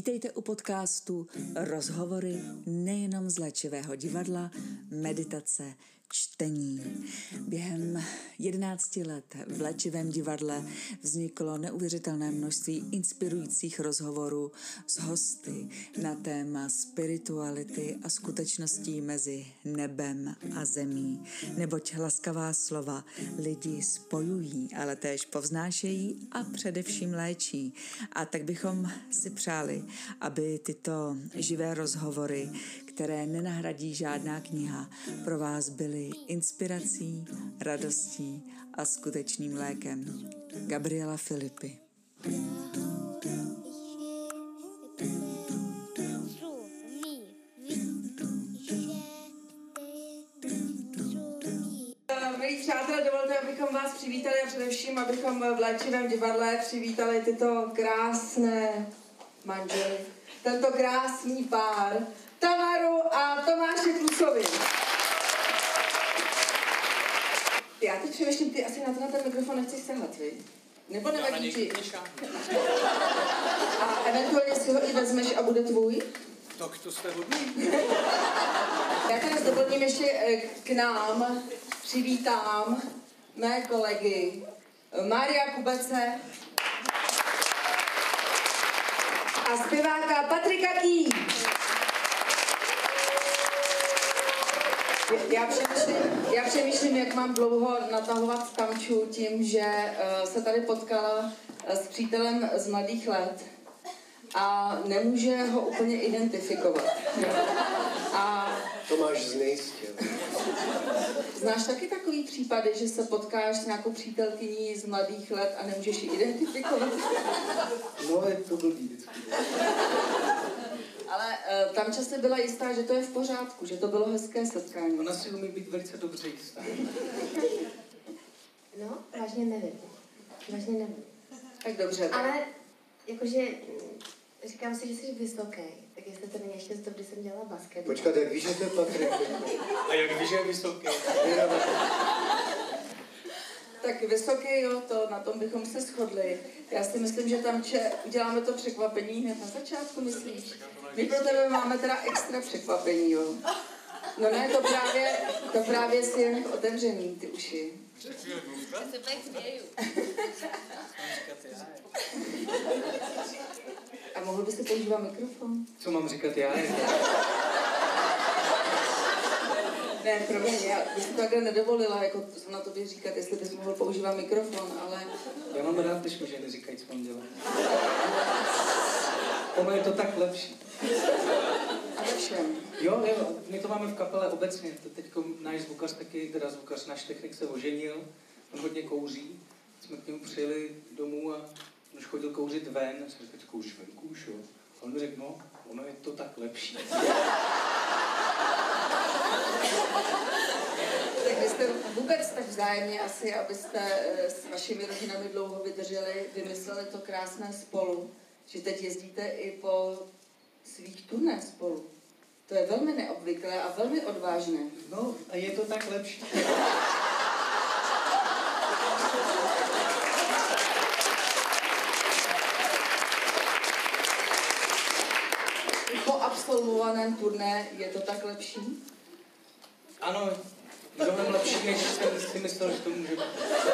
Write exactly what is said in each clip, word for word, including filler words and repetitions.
Vítejte u podcastu Rozhovory nejenom z léčivého divadla, meditace, čtení. Během jedenácti let v léčivém divadle vzniklo neuvěřitelné množství inspirujících rozhovorů s hosty na téma spirituality a skutečností mezi nebem a zemí. Neboť laskavá slova lidi spojují, ale též povznášejí a především léčí. A tak bychom si přáli, aby tyto živé rozhovory, které nenahradí žádná kniha, pro vás byly inspirací, radostí a skutečným lékem. Gabriela Filipy. Milí přátelé, dovolte, abychom vás přivítali a především, abychom v léčivém divadle přivítali tyto krásné manžely, tento krásný pár, Tamaru a Tomáše Klusovi. Já teď přemýšlím, ty asi na to na ten mikrofon nechceš sahat, vy? Nebo nevadí ti? A eventuálně si ho i vezmeš a bude tvůj? Tak to jste hodný. Já teda doplním ještě k nám, přivítám mé kolegy Mária Kubece a zpěváka Patrika Ký. Já přemýšlím, já přemýšlím, jak mám dlouho natahovat Tamču tím, že uh, se tady potkala uh, s přítelem z mladých let a nemůže ho úplně identifikovat. A Tomáš znejistil. Znáš taky takový případy, že se potkáš s nějakou přítelkyní z mladých let a nemůžeš ji identifikovat? No, je to blbý vždycky. Ale uh, tam často byla jistá, že to je v pořádku, že to bylo hezké setkání. Ona si umí být velice dobře jistá. No, vážně nevím. Vážně nevím. Tak dobře. Ale jakože říkám si, že jsi vysoký, tak jestli to není ještě z doby, kdy jsem dělala basket. Počkat, jak víš, že to je Patrik? A jak víš, že je vysoký? Tak vysoký, jo, to na tom bychom se shodli. Já si myslím, že tam če, uděláme to překvapení hned na začátku, myslíš? My pro tebe máme teda extra překvapení, jo. No ne, to právě, to právě si jen otevřený, ty uši. Já se pak směju. A mohl by si používat mikrofon? Co mám říkat já? Ne, promiň, já bych si to takhle nedovolila, jako na tobě říkat, jestli bys mohl používat mikrofon, ale... Já mám rád, když mi ženy říkají, co mám dělat. Ono je to tak lepší. A ve všem. Jo, jo, my to máme v kapele obecně. Teď náš zvukař taky, teda zvukař, náš technik se oženil, on hodně kouří. Jsme k němu přijeli domů a už chodil kouřit ven. A jsem říkal, kouříš venku už, jo? A on mi řekl, no, ono je to tak lepší. Tak vy jste vůbec tak vzájemně asi, abyste s vašimi rodinami dlouho vydrželi, vymysleli to krásné spolu, že teď jezdíte i po svých turné spolu. To je velmi neobvyklé a velmi odvážné. No, a je to tak lepší. Po absolvovaném turné je to tak lepší? Ano, mnohem lepší, než jsem si myslel, že to může být.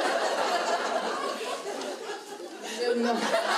No.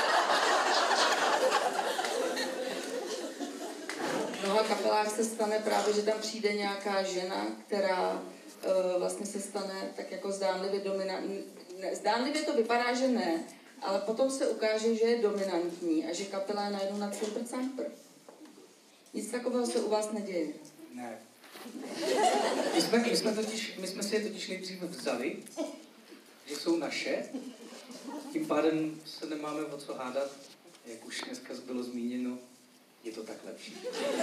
V mnoha kapelách se stane právě, že tam přijde nějaká žena, která uh, vlastně se stane tak jako zdánlivě dominantní. Zdánlivě to vypadá, že ne, ale potom se ukáže, že je dominantní a že kapela je najednou na cimpr-campr. Nic takového se u vás neděje. Ne. My jsme, my jsme, totiž, my jsme si je totiž nejdřív vzali, že jsou naše, tím pádem se nemáme o co hádat, jak už dneska bylo zmíněno, je to tak lepší.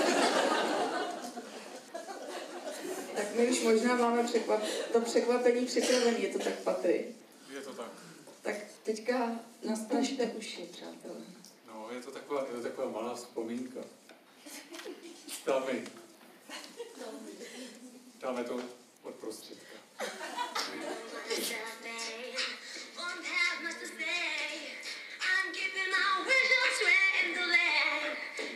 Tak my už možná máme překvap, to překvapení připravené, je to tak, Patry? Je to tak. Tak teďka nastražte uši, přátelé. No, je to taková, je to taková malá vzpomínka. Dáme. Dáme to od prostředka. I'm keeping my visual straight in the leg.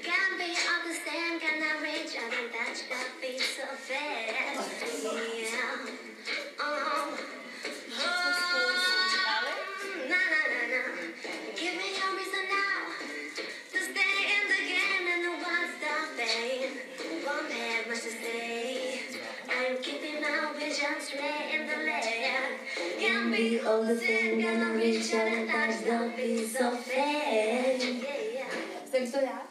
all the things gonna reach out and touch, don't be so fair. Jsem to já?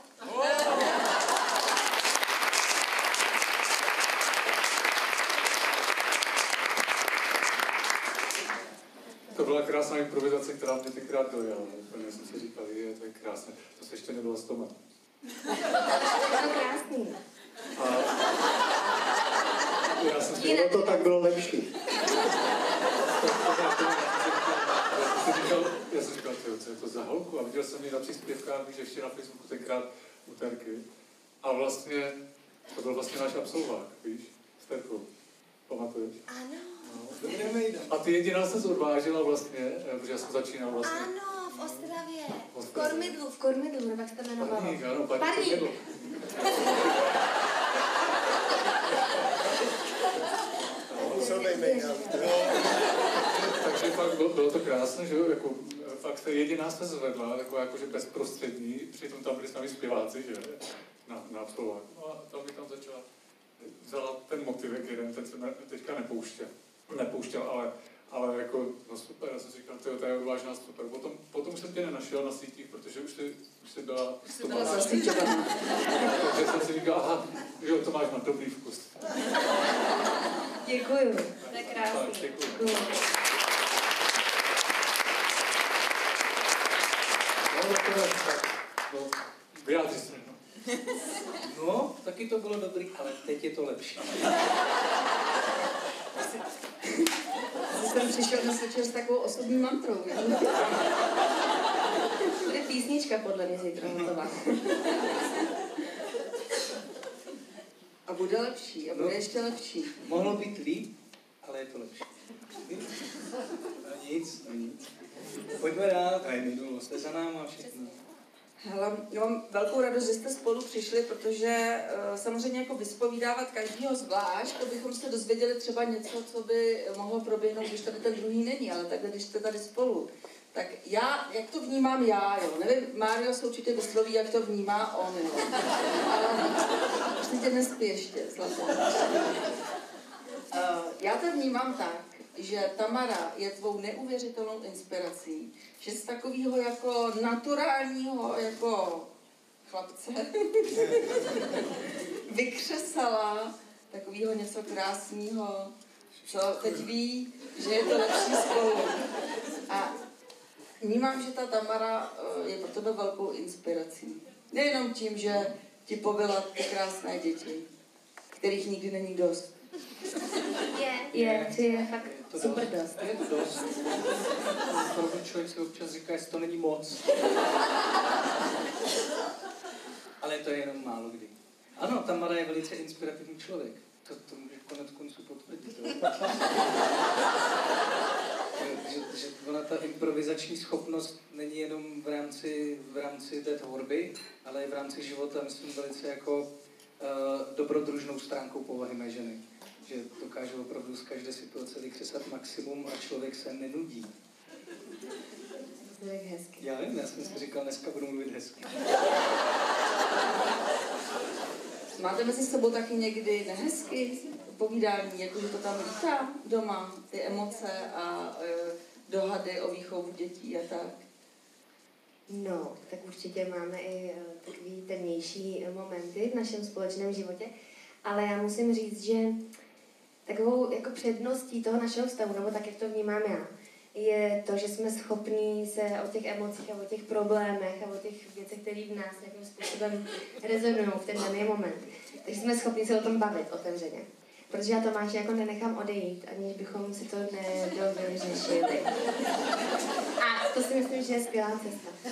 To byla krásná improvizace, která mě tenkrát dojala. Úplně jsem si říkal, je, to je krásné. To se ještě nebyla s Tomem. Je to krásný. A já jsem si Bylo to tak bylo lepší. Já jsem říkal, já jsem říkal, tyjo, co je to za holku? A viděl jsem ji na příspěvkách, víš, ještě na Facebooku tenkrát u Terky. A vlastně, to byl vlastně náš absolvák, víš, s Terkou. Pamatuješ? Ano. A ty jediná se odvážila vlastně, protože já jsem začínal vlastně. Ano, v Ostravě. V V Ostravě. Kormidlu, v Kormidlu, nebo jak se to jmenovalo? Parník, ano, Parník. Parník. Kormidl. Takže fakt bylo, bylo to krásné, že jo, jako fakt jediná se zvedla, taková jakože bezprostřední, přitom tam byli s námi zpěváci, že na, na absolvák. No a tam mi tam začala, vzala ten motivek jeden, ten se teďka nepouštěl, nepouštěl, ale, ale jako, no super, já jsem si říkal, tyjo, to je odvážná, super. Potom, potom jsem tě nenašel na sítích, protože už jsi, už jsi byla, Už jsi byla zastíčovaná. takže jsem si říkal, aha, že jo, to máš na dobrý vkus. Děkuju. To je Tak, krásný. děkuji. Děkuju. No, takové, tak, no, vyjádři se, no. No, taky to bylo dobrý, ale teď je to lepší. Že jsem přišel dnes večer s takovou osobní mantrou. Jo? Bude písnička podle mě zítra hotová. A bude lepší, a bude ještě lepší. Mohlo být líp, ale je to lepší. A nic, a nic. Pojďme dál, to je minulost, je za náma všechno. Hele, já mám velkou radost, že jste spolu přišli, protože uh, samozřejmě jako vyspovídávat každýho zvlášť, to bychom se dozvěděli třeba něco, co by mohlo proběhnout, když tady ten druhý není, ale takhle, když jste tady spolu. Tak já, jak to vnímám já, jo, nevím, Mário se určitě vysloví, jak to vnímá on, jo. Ale už tě nespí ještě, zlato. Uh, já to vnímám tak, že Tamara je tvou neuvěřitelnou inspirací, že z takového jako naturálního jako chlapce vykřesala takového něco krásného, co teď ví, že je to lepší spolu. A vnímám, že ta Tamara je pro tebe velkou inspirací. Nejenom tím, že ti pobyla ty krásné děti, kterých nikdy není dost. Je, je, to je fakt to super dost. dost. Je to dost. Opravdu člověk si občas říká, jestli to není moc. Ale to je jenom málo kdy. Ano, Tamara je velice inspirativní člověk. To, to můžeš konec konců potvrdit. že, že ona ta improvizační schopnost není jenom v rámci, v rámci té tvorby, ale i v rámci života, myslím, velice jako uh, dobrodružnou stránkou povahy mé ženy. Že dokáže opravdu z každé situace vykřesat maximum a člověk se nenudí. To je hezky. Já vím, já jsem si říkal, dneska budu mluvit hezky. Máte mezi sebou taky někdy nehezky povídání, jakože to tam lítá doma, ty emoce a e, dohady o výchovu dětí a tak? No, tak určitě máme i uh, takový temnější momenty v našem společném životě, ale já musím říct, že takovou jako předností toho našeho vztahu, nebo tak, jak to vnímám já, je to, že jsme schopní se o těch emocích a o těch problémech a o těch věcech, které v nás nějakým způsobem rezonují v ten daný moment. Takže jsme schopni se o tom bavit otevřeně. Protože já Tomáše jako nenechám odejít, aniž bychom si to nedovyřešili. A to si myslím, že je skvělá cesta.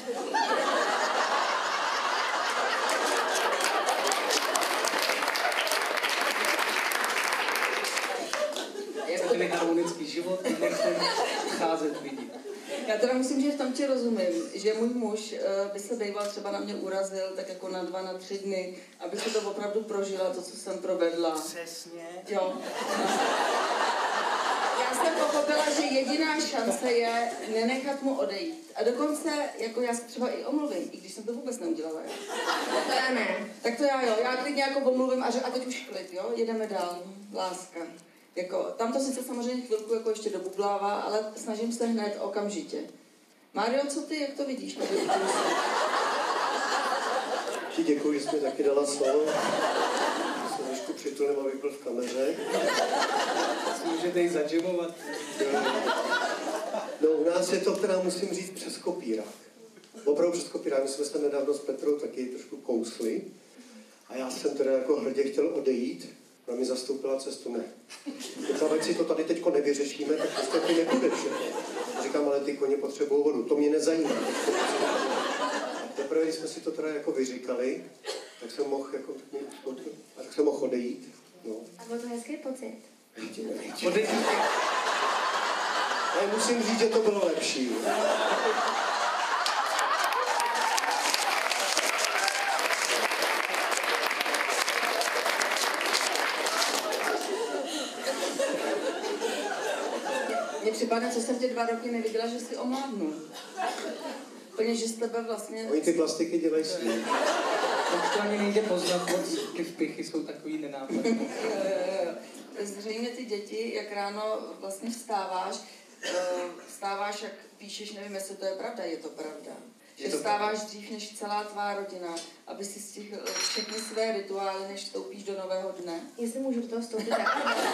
Chcete harmonický život, nechcete cházet lidi. Já teda musím, že v tom ti rozumím, že můj muž uh, by se býval třeba na mě urazil tak jako na dva, na tři dny, abych si to opravdu prožila, to, co jsem provedla. Přesně. Jo. Já jsem pochopila, že jediná šance je nenechat mu odejít. A dokonce, jako já se třeba i omluvím, i když jsem to vůbec neudělala. Jo. To já ne. Tak to já jo, já klidně jako omluvím a, že, a teď už klid, jo, jedeme dál, láska. Jako, tam to sice samozřejmě chvilku jako ještě dobublává, ale snažím se hned okamžitě. Mário, co ty, jak to vidíš? Ti děkuji, že jsi mi taky dala slovo. Jsem trošku přitulím, abych byl v kameře. Si můžete jít zadžemovat. No, u nás je to teda, musím říct, přes kopírák. Opravdu přes kopírák. My jsme se nedávno s Petrou taky trošku kousli. A já jsem teda jako hrdě chtěl odejít. Ona mi zastoupila cestu, ne. Říkám, ať si to tady teďko nevyřešíme, tak prostě ty nepůjdeš. Říkám, ale ty koně potřebují vodu, to mě nezajímá. Teprve, když jsme si to teda jako vyříkali, tak jsem mohl jako, tak jsem mohl odejít. No. A byl to hezký pocit. Odejít. Ale musím říct, že to bylo lepší. Mně připadne, co jsem tě dva roky neviděla, že jsi omládnul. Úplně, že z tebe vlastně... Oni ty plastiky dělají svý. To ani nejde poznat, moc ty vpichy jsou takový nenápadné. Zřejmě ty děti, jak ráno vlastně vstáváš, vstáváš, jak píšeš, nevím, jestli to je pravda, je to pravda. Že vstáváš dřív než celá tvá rodina, aby si stihl všechny své rituály, než vstoupíš do nového dne. Jestli můžu do toho vstoupit tak.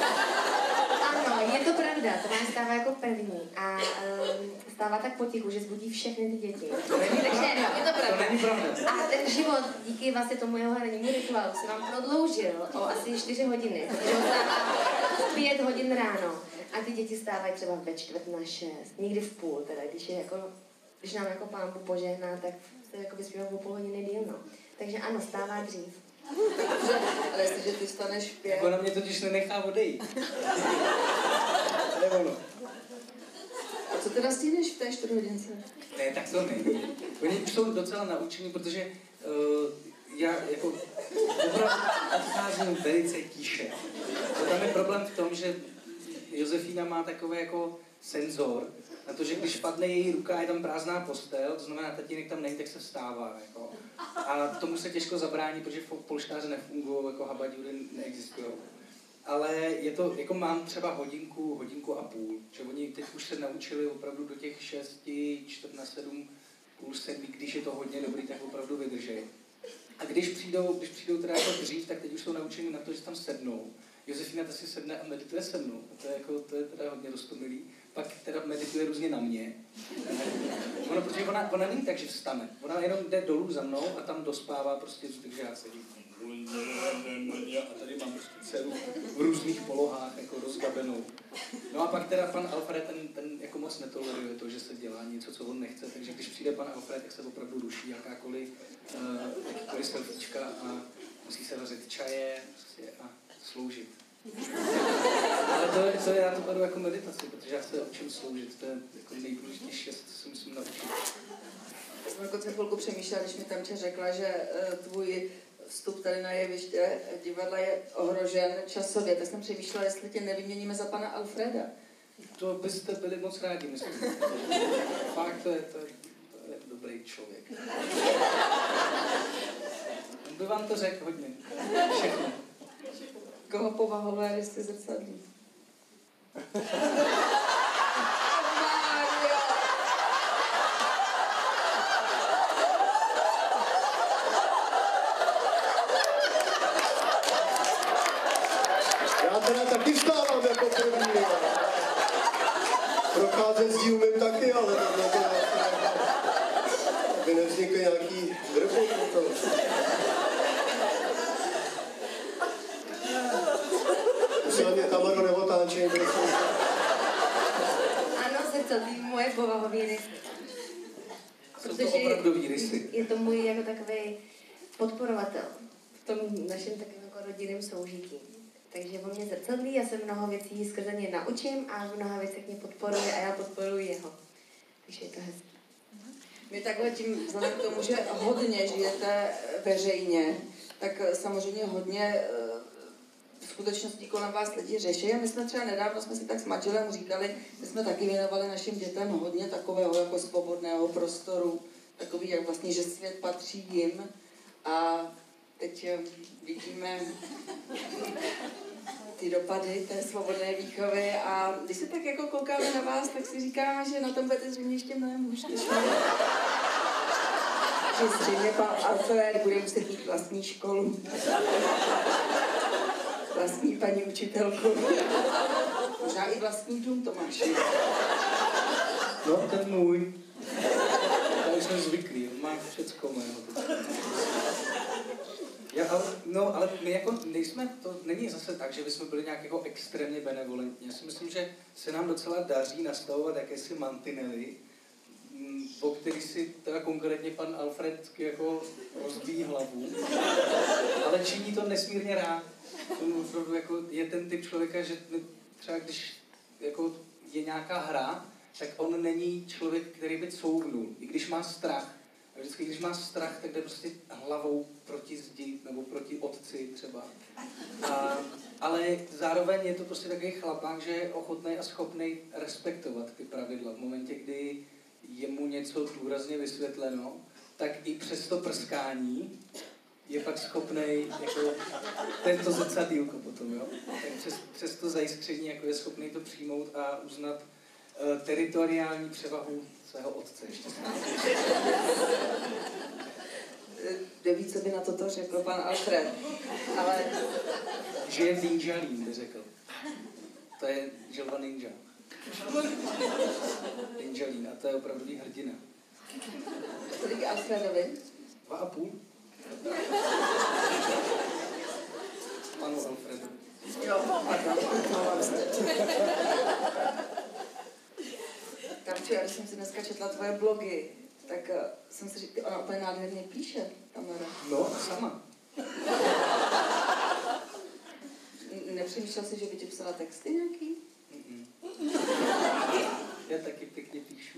Ano, je to pravda, to má stává jako první a um, stává tak potichu, že zbudí všechny ty děti. Takže je to pravda. To není pravda. A ten život díky vlastně tomu jeho hranímu rituálu se vám prodloužil o asi čtyři hodiny, protože on stává pět hodin ráno a ty děti stávají třeba ve čtvrt na šest, někdy v půl, teda když je jako když nám jako Pán Bůh požehná, tak se jako vyspívá o půl hodiny díl, no. Takže ano, stává dřív. Ale jestliže ty staneš v pět... Ona mě totiž nenechá odejít. Nebo no. A co teda stihneš v té čtvrthodince? Ne, tak to není. Oni už jsou docela naučení, protože uh, já jako opravdu odcházím velice tiše. To tam je problém v tom, že Josefína má takový jako senzor na to, že když padne její ruka a je tam prázdná postel, to znamená, tatínek tam není, tak se vstává. Jako. A tomu se těžko zabrání, protože polštáře nefungují, jako habaďury neexistují. Ale je to, jako mám třeba hodinku, hodinku a půl, že oni teď už se naučili opravdu do těch šesti, čtvrt na sedm, půl sedmi, když je to hodně dobrý, tak opravdu vydržej. A když přijdou, když přijdou teda jako dřív, tak teď už jsou naučeni na to, že tam sednou. Josefína ta si sedne a medituje se mnou. A to je, jako, to je teda hodně roztomilý. Pak teda medituje různě na mě. Ono, protože ona, ona není tak, že vstane. Ona jenom jde dolů za mnou a tam dospává prostě zbyt, že já sedím. A tady mám prostě dceru v různých polohách, jako rozgabenou. No a pak teda pan Alfred, ten, ten jako moc netoleruje to, že se dělá něco, co on nechce, takže když přijde pan Alfred, tak se opravdu ruší jakákoliv, uh, jakýkoliv selfiečka a musí se vařit čaje prostě a sloužit. Ale to je, to je, já to beru jako meditaci, protože já se učím sloužit, to je jako nejdůležitější, co se musím naučit. Já jsem jako chvilku přemýšlela, když mi Tamče řekla, že uh, tvůj vstup tady na jeviště divadla je ohrožen časově, tak jsem přemýšlela, jestli tě nevyměníme za pana Alfreda. To byste byli moc rádi, myslím. Fakt, to je, to, je, to je dobrý člověk. On by vám to řekl hodně. Všechno. Koho povahové rysy zrcadlí? Já teda taky vstávám jako první. Procházet zdí umím taky, ale to to aby nevznikly nějaký drby. Musím mě kameru neotáčej. Ano, zrcadlí moje povahové rysy. Jsou to opravdový rysy. Je to můj jako takový podporovatel v tom našem takovém jako rodinném soužití. Takže on mě zrcadlí, já se mnoho věcí skrze mě naučím a v mnoha věcech mě podporuje a já podporuji jeho. Takže je to hezké. My takhle tím, vzhledem k tomu, že hodně žijete veřejně, tak samozřejmě hodně skutečností kolem vás lidi řeší. A my jsme třeba nedávno jsme si tak s manželem říkali, my jsme taky věnovali našim dětem hodně takového jako svobodného prostoru, takový, jak vlastně, že svět patří jim. A teď vidíme ty dopady té svobodné výchovy a když se tak jako koukáme na vás, tak si říkáme, že na tom budete zřejmě ještě mnohem hůř než my. Že zřejmě pan Alfred bude muset mít vlastní školu. Vlastní paní učitelku. Možná i vlastní dům, Tomáš. No, ten můj. Já už jsem zvyklý, on má všecko mého. Já, ale, no, ale my jako nejsme, to není zase tak, že bychom byli nějak jako extrémně benevolentní. Já si myslím, že se nám docela daří nastavovat jakési mantinely, o který si teda konkrétně pan Alfred jako rozbíjí hlavu, ale činí to nesmírně rád. On opravdu jako je ten typ člověka, že třeba když jako je nějaká hra, tak on není člověk, který by couvnul, i když má strach. A vždycky, když má strach, tak jde prostě hlavou proti zdi nebo proti otci třeba. A, ale zároveň je to prostě takový chlapák, že je ochotný a schopný respektovat ty pravidla. V momentě, kdy je mu něco důrazně vysvětleno, tak i přes to prskání je pak schopný jako tento zrcadýlko potom, jo? Tak přes, přes to zajiskření jako je schopný to přijmout a uznat uh, teritoriální převahu svého otce ještě stále. Neví, co by na toto řekl pan Alfred, ale... Že je ninjalín, by řekl. To je želva ninja. Ninjalín, a to je opravdový hrdina. Kolik Alfredovi? Dva a půl. Panu Alfredu. Jo, pardon, mávám se. Karču, já když jsem si dneska četla tvoje blogy, tak uh, jsem si říkala, ona úplně nádherně píše, Tamara. No, sama. Nepřemýšlel jsi, že by ti psala texty nějaký? Mm-mm. Já taky pěkně píšu.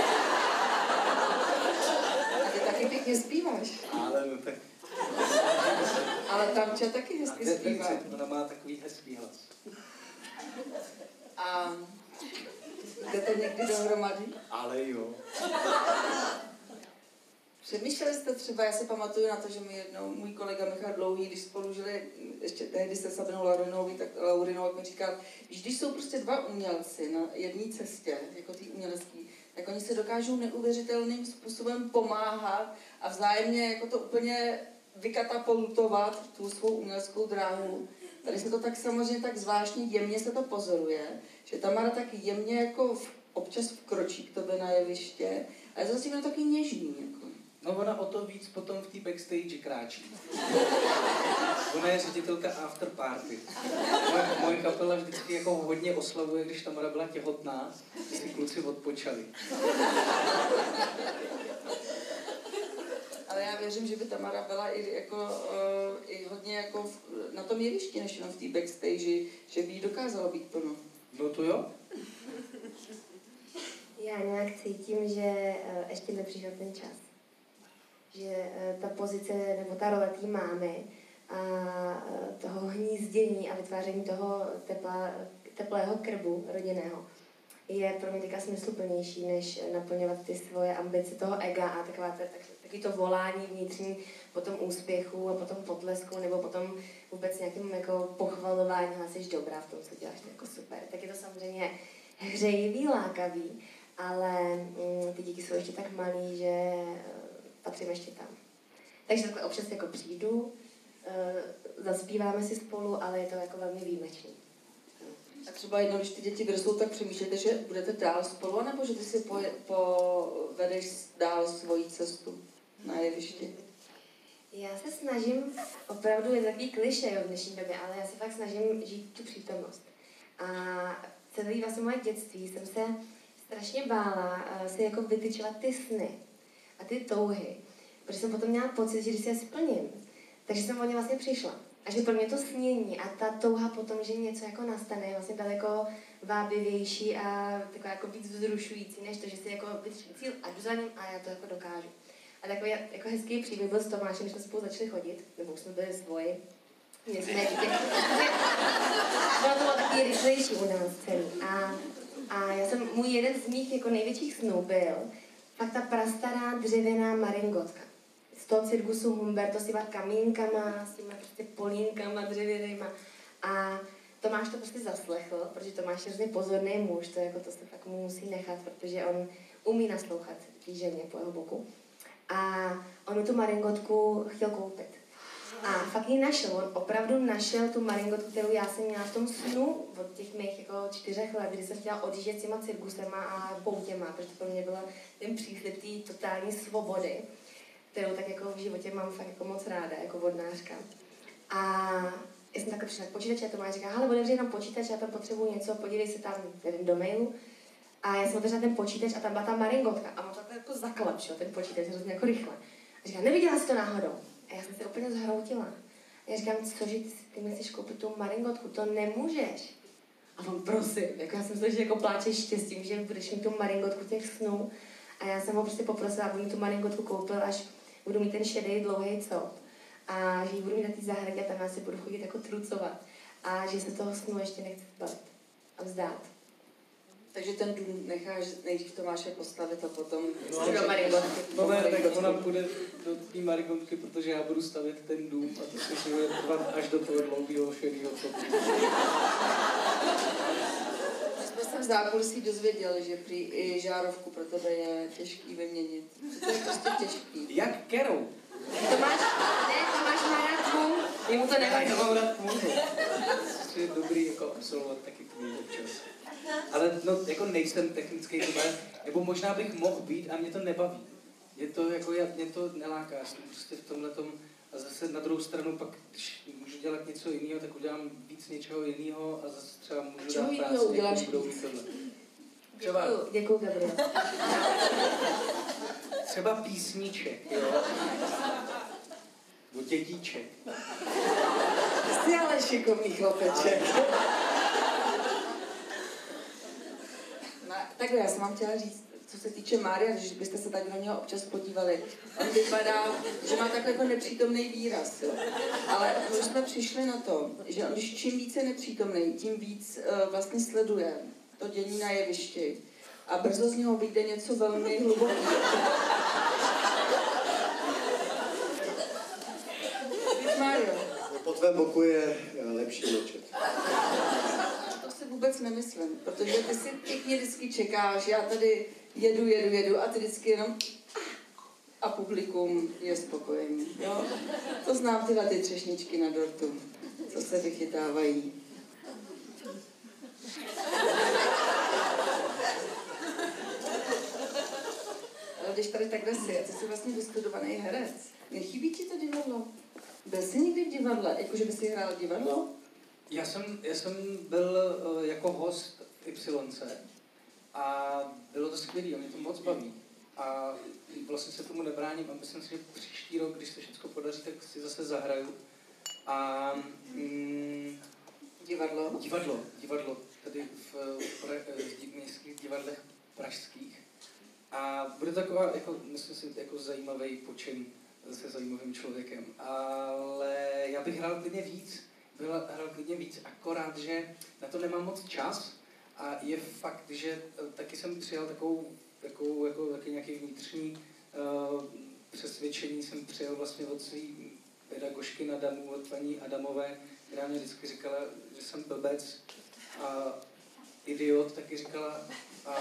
A ty taky pěkně zpíváš. Ale no tak... Ale Tamča taky hezky A zpívá. ona má takový hezký hlas. A jdete někdy dohromady? Ale jo. Přemýšleli jste třeba, já si pamatuju na to, že mi jednou můj kolega Michal Dlouhý, když spolu žili, ještě tehdy se Sabinou Laurinou, tak Laurinou, mi říkal, že když jsou prostě dva umělci na jedné cestě, jako ty umělecký, tak oni se dokážou neuvěřitelným způsobem pomáhat a vzájemně jako to úplně vykatapultovat tu svou uměleckou dráhu. Tady se to tak samozřejmě tak zvláštně jemně se to pozoruje, že Tamara tak jemně jako v, občas vkročí k tobě na jeviště, ale je to zase taky něžný. Jako. No ona o to víc potom v té backstage kráčí. Ona je ředitelka after party. Moje, moje kapela vždycky jako hodně oslavuje, když Tamara byla těhotná, když si kluci odpočali. Ale já věřím, že by Tamara byla i, jako, uh, i hodně jako v, na tom jevišti, než jenom v té backstage, že by jí dokázalo být plno. No to jo. Já nějak cítím, že uh, ještě nepřišel ten čas. Že uh, ta pozice nebo ta role té mámy a uh, toho hnízdění a vytváření toho tepla, teplého krbu rodinného je pro mě teďka smysluplnější, než naplňovat ty svoje ambice toho ega a taková tak, taky to volání vnitřní po tom úspěchu a po tom potlesku nebo potom vůbec nějakým jako pochvalování, jsi dobrá v tom, co děláš, to jako super. Tak je to samozřejmě hřejivý, lákavý, ale mm, ty díky jsou ještě tak malý, že patřím ještě tam. Takže takhle občas jako přijdu, uh, zaspíváme si spolu, ale je to jako velmi výjimečný. A třeba jednou, když ty děti vyrostou, tak přemýšlíte, že budete dál spolu, nebo že ty si poje, povedeš dál svoji cestu na jevišti? Já se snažím, opravdu je to takový klišé v dnešní době, ale já se fakt snažím žít tu přítomnost. A celý vlastně moje dětství jsem se strašně bála si jako vytyčovat ty sny a ty touhy, protože jsem potom měla pocit, že když si je splním, takže jsem o ně vlastně přišla. A že pro mě to snění a ta touha potom, že něco jako nastane, je vlastně daleko vábivější a taková jako víc vzrušující, než to, že si jako vytřím cíl a jdu za ním a já to jako dokážu. A takový jako hezký příběh byl s Tomášem, když jsme spolu začali chodit, nebo už jsme byli svoji. Mě jsme dítě. Bylo to bylo takový rychlejší u nás celý. A, a já jsem, můj jeden z mých jako největších snů byl fakt ta prastará dřevěná maringotka. Z toho cirkusu Humberto s těma kamínkama, s těma prostě polínkama dřevěnýma. A to Tomáš to prostě zaslechl, protože Tomáš je hrozně pozorný muž, to, jako to se fakt mu musí nechat, protože on umí naslouchat té ženě po jeho boku. A on tu maringotku chtěl koupit. A fakt ji našel, on opravdu našel tu maringotku, kterou já jsem měla v tom snu od těch mých jako čtyřech let, kdy jsem chtěla odjíždět s těma cirkusema a poutěma, protože to pro mě byl ten příslib té totální svobody, kterou tak jako v životě mám fakt jako moc ráda, jako vodnářka. A já jsem takhle přišla k počítači a Tomáš říká, hele, otevři jenom počítač, já tam potřebuji něco, podívej se tam, nevím, do mailu. A já jsem otevřela ten počítač a tam byla ta maringotka a on to takhle jako zaklepšil, ten počítač hrozně jako rychle. A říká, neviděla jsi to náhodou? A já jsem se úplně zhroutila. A já říkám, cože, ty, ty mi chceš koupit tu maringotku, to nemůžeš. A on, prosím, jako já jsem se, že jako pláčeš štěstím, že budeš mít tu maringotku těch snů. A já jsem ho prostě poprosila, aby mi tu maringotku koupil, až budu mít ten šedý dlouhý cop. A že ji budu mít na té zahradě a tam já si budu chodit jako trucovat. A že se toho snu ještě nechci zbavit a vzdát. Takže ten dům necháš nejdřív Tomáše postavit a potom... No, do maringotky. No ne, tak ona půjde do té maringotky, protože já budu stavět ten dům a to si bude trvat až do toho dlouhého šedého copu. My jsme se v zákulisí dozvěděli, že prý i žárovku pro tebe je těžký vyměnit. To je prostě těžký. Jak kerou? Tomáš, ne, Tomáš má rád tvůj, jemu to nevadí. Já mám rád můžu. To je dobrý jako absolvovat taky tvůj občas. Ale no, jako nejsem technický tubář, nebo možná bych mohl být a mě to nebaví. Je to jako, já, mě to neláká, já jsem prostě v tomhletom a zase na druhou stranu pak, když můžu dělat něco jiného, tak udělám víc něčeho jiného a zase třeba můžu čeho dát jinýho práci, uděláš budou víc? tohle. Třeba, Děkuju, Gabriel. třeba písníček, jo. Nebo dědíček. Jsi ale šikovný chlapeček. No, takhle, já jsem vám chtěla říct, co se týče Mária, když byste se tak na něho občas podívali. On vypadá, že má takhle jako nepřítomný výraz, jo. Ale my jsme přišli na to, že on, když čím více je nepřítomný, tím víc uh, vlastně sleduje to dění na jevišti. A brzo z něho vyjde něco velmi hlubokého. Mário. Po tvém boku je lepší mlčet. To si vůbec nemyslím, protože ty si pěkně vždycky čekáš, já tady jedu, jedu, jedu a ty vždycky jenom a publikum je spokojený, jo? To znám tyhle ty třešničky na dortu, co se vychytávají. Ale když tady takhle si, ty jsi vlastně vystudovaný herec, nechybí ti to divadlo? Byl jsi někdy v divadle, jakože by si hrál divadlo? Já jsem, já jsem byl uh, jako host v Ypsilonce a bylo to skvělé a mě to moc baví. A vlastně se tomu nebráním a myslím si, že příští rok, když se všechno podaří, tak si zase zahraju. A mm, divadlo? Divadlo, divadlo, tady v, v, v městských divadlech pražských. A bude taková, jako, myslím si, jako zajímavý počin se zajímavým člověkem. Ale já bych hrál klidně víc. Byl hrál klidně víc, akorát, že na to nemám moc čas a je fakt, že taky jsem přijal takovou, takovou jako, taky nějaký vnitřní uh, přesvědčení, jsem přijal vlastně od svý pedagožky na Damu, od paní Adamové, která mě vždycky říkala, že jsem blbec a idiot, taky říkala, a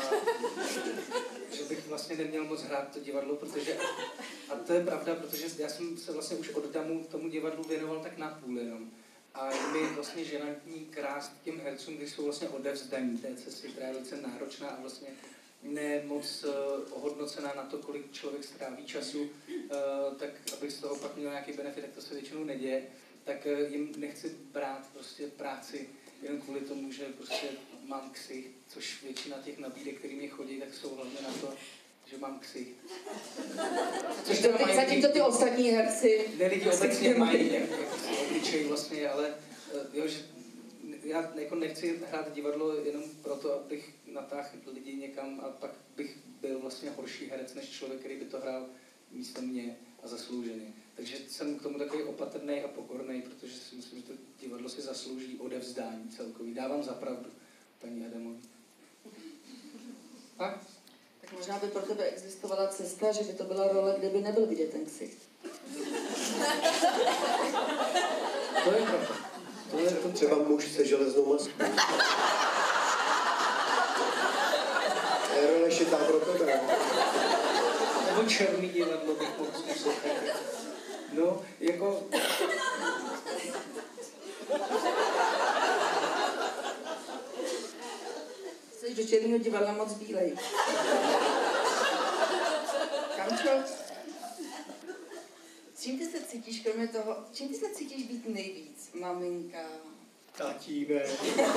že bych vlastně neměl moc hrát to divadlo, protože, a to je pravda, protože já jsem se vlastně už od Damu tomu divadlu věnoval tak na půl jenom. A je mi vlastně ženantní krást těm hercům, když jsou vlastně odevzdaní té cesty, která je velice náročná a vlastně ne moc uh, ohodnocená na to, kolik člověk stráví času, uh, tak abych z toho pak měl nějaký benefit, tak to se většinou neděje, tak uh, jim nechci brát prostě práci jen kvůli tomu, že prostě mám ksicht, což většina těch nabídek, které mě chodí, tak jsou hlavně na to, že mám ksicht. Což to ty, zatím to ty ostatní herci... Ne, lidi obecně mají jaký obličej vlastně, ale jo, že já jako nechci hrát divadlo jenom proto, abych natáhl lidi někam a pak bych byl vlastně horší herec než člověk, který by to hrál místo mě a zaslouženě. Takže jsem k tomu takový opatrný a pokorný, protože si myslím, že to divadlo si zaslouží odevzdání celkový. Dávám za pravdu, paní Adamovi. Tak? Tak možná by pro tebe existovala cesta, že by to byla role, kde by nebyl vidět ten ksicht. To je pravda. To je, to to Třeba muž se železnou maskou. Aero nešitá pro tebe. Nebo černý divadlo bych mohl zkusit. No, jako... Jsi do černého divadla moc bílej. Kamčo? Čím ty se cítíš, kromě toho, čím ty se cítíš být nejvíc? Maminka, Tatínek.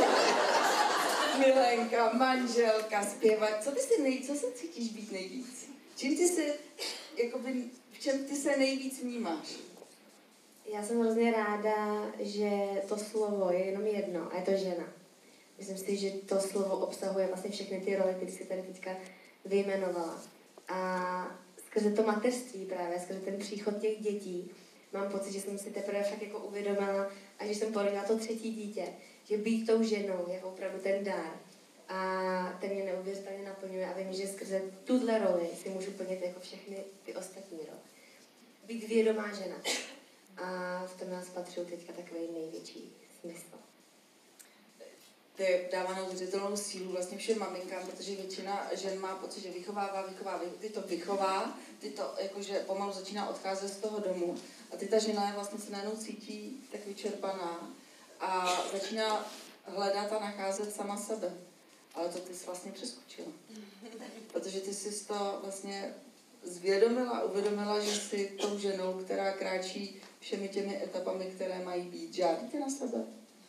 milenka, manželka, zpěvák. Co ty se nej, co se cítíš být nejvíc? Čím ty se, jakoby, v čem ty se nejvíc vnímáš? Já jsem hrozně ráda, že to slovo je jenom jedno a je to žena. Myslím si, že to slovo obsahuje vlastně všechny ty role, které si tady teďka vyjmenovala. A skrze to mateřství právě, skrze ten příchod těch dětí, mám pocit, že jsem si teprve fakt jako uvědomila, a že jsem porodila to třetí dítě, že být tou ženou je opravdu ten dár. A ten mě neuvěřitelně naplňuje a vím, že skrze tuhle roli si můžu plnit jako všechny ty ostatní role. Být vědomá žena. A v tom nás patří teďka takový největší smysl. To dává neuvěřitelnou sílu vlastně všem maminkám, protože většina žen má pocit, že vychovává, vychovává, ty to vychová, ty to jakože pomalu začíná odcházet z toho domu a ty ta žena je vlastně se najednou cítí tak vyčerpaná a začíná hledat a nacházet sama sebe. Ale to ty jsi vlastně přeskočila. Protože ty jsi to vlastně zvědomila a uvědomila, že jsi tou ženou, která kráčí všemi těmi etapami, které mají být. Žádný tě na sebe?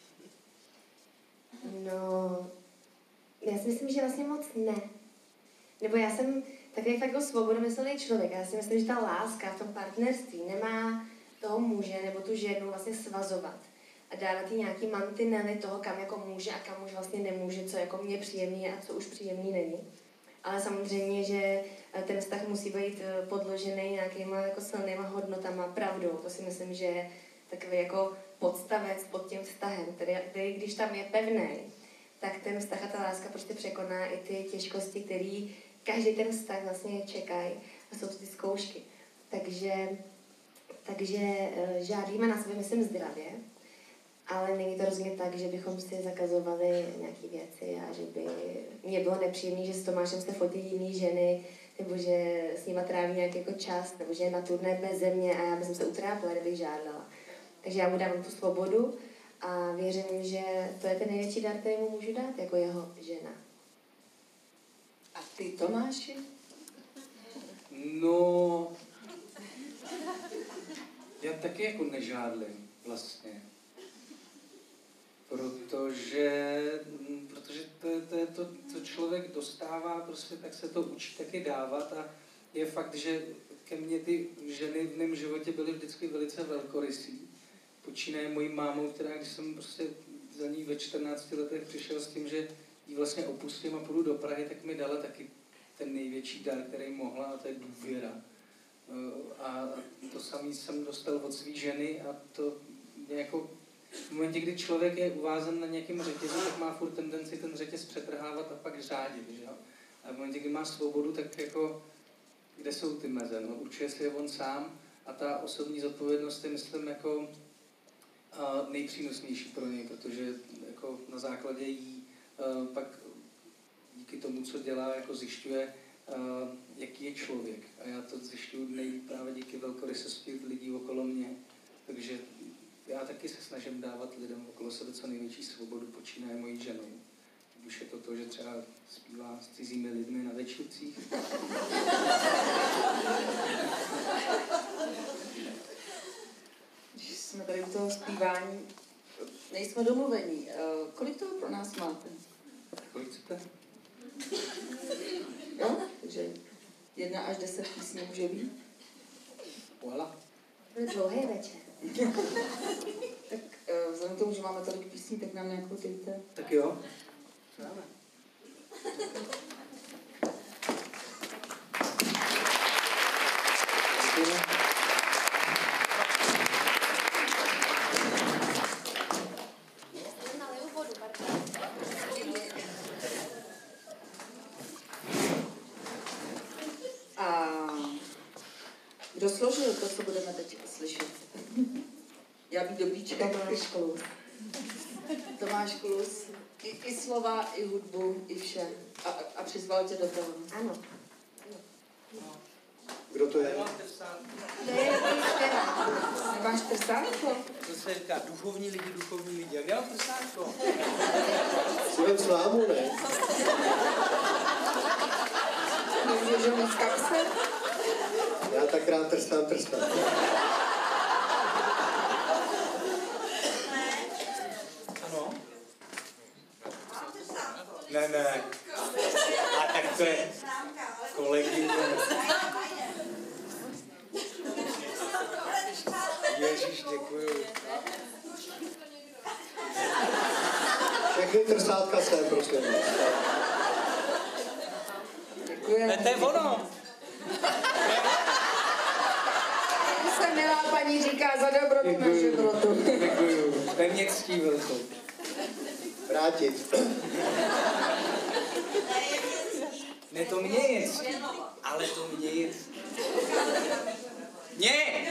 No, já si myslím, že vlastně moc ne. Nebo já jsem takový fakt jako svobodomyslný člověk. Já si myslím, že ta láska v tom partnerství nemá toho muže nebo tu ženu vlastně svazovat a dávat jí nějaký mantinely toho, kam jako může a kam už vlastně nemůže, co jako mě příjemný a co už příjemný není. Ale samozřejmě, že ten vztah musí být podložený nějakýma jako silnýma hodnotama, pravdou. To si myslím, že je takový jako podstavec pod tím vztahem, který, který když tam je pevný, tak ten vztah a ta láska prostě překoná i ty těžkosti, které každý ten vztah vlastně čekají a jsou to ty zkoušky. Takže, takže žádlíme na sebe, myslím, zdravě, ale není to rozhodně tak, že bychom si zakazovali nějaké věci a že by mě bylo nepříjemné, že s Tomášem se fotí jiný ženy, nebo že s nima tráví nějaký jako čas, nebo že je na turné bez země a já bych se utrápila, kdybych žádala. Takže já mu dávám tu svobodu a věřím, že to je ten největší dar, který mu můžu dát jako jeho žena. A ty, Tomáši? No, já taky jako nežádlím vlastně. Protože, protože to, to, to, to člověk dostává, prostě tak se to učí taky dávat a je fakt, že ke mně ty ženy v mém životě byly vždycky velice velkorysí. Počínaje mojí mámou, která když jsem prostě za ní ve čtrnácti letech přišel s tím, že ji vlastně opustím a půjdu do Prahy, tak mi dala taky ten největší dar, který mohla, a to je důvěra. A to samý jsem dostal od své ženy a to jako v momentě, kdy člověk je uvázan na nějakém řetězu, tak má furt tendenci ten řetěz přetrhávat a pak řádit, že jo? A v momentě, kdy má svobodu, tak jako, kde jsou ty meze? No, určuje si je on sám a ta osobní zodpovědnost je, myslím, jako uh, nejpřínosnější pro něj, protože jako na základě jí uh, pak díky tomu, co dělá, jako zjišťuje, uh, jaký je člověk. A já to zjišťuju nejvíc právě díky velkorysosti lidí okolo mě. Takže já taky se snažím dávat lidem okolo sebe co největší svobodu, počínaje mojí ženou. Už je to to, že třeba zpívá s cizími lidmi na večírcích. Když jsme tady u toho zpívání, nejsme domluvení. Kolik toho pro nás máte? Kolik chcete? Jo? Takže jedna až deset písní může být? Voilà. Byl dlouhý večer. Tak vzhledem k tomu, že máme tolik písní, tak nám nějakou dejte. Tak jo. Dáme. A kdo složil to, co budeme teď slyšet? Já bych dobrý člověk. Tomáš Klus. Tomáš Klus. I, i slova, i hudbu, i vše. A, a přizval tě do toho. Ano. Kdo to je? To je můj zpěvák. Nemáš prsátko? To se říká duchovní lidi, duchovní lidi. Jak dělám prsátko? Si vem slámu, ne? Nemůžu mít v kapse? Já tak rád trstám, trstám. Ano? Ne, ne. A tak to je kolegyně. Ježíš, děkuju. Všechny trsátka sem, prosím. Děkuji. Ne, to je ono. Se milá paní říká za dobrotu na žebrotu. Děkuju. To je mě ctí velkou. Vrátit. Ne, to mě je ctí. Ale to mě je ctí. Mě!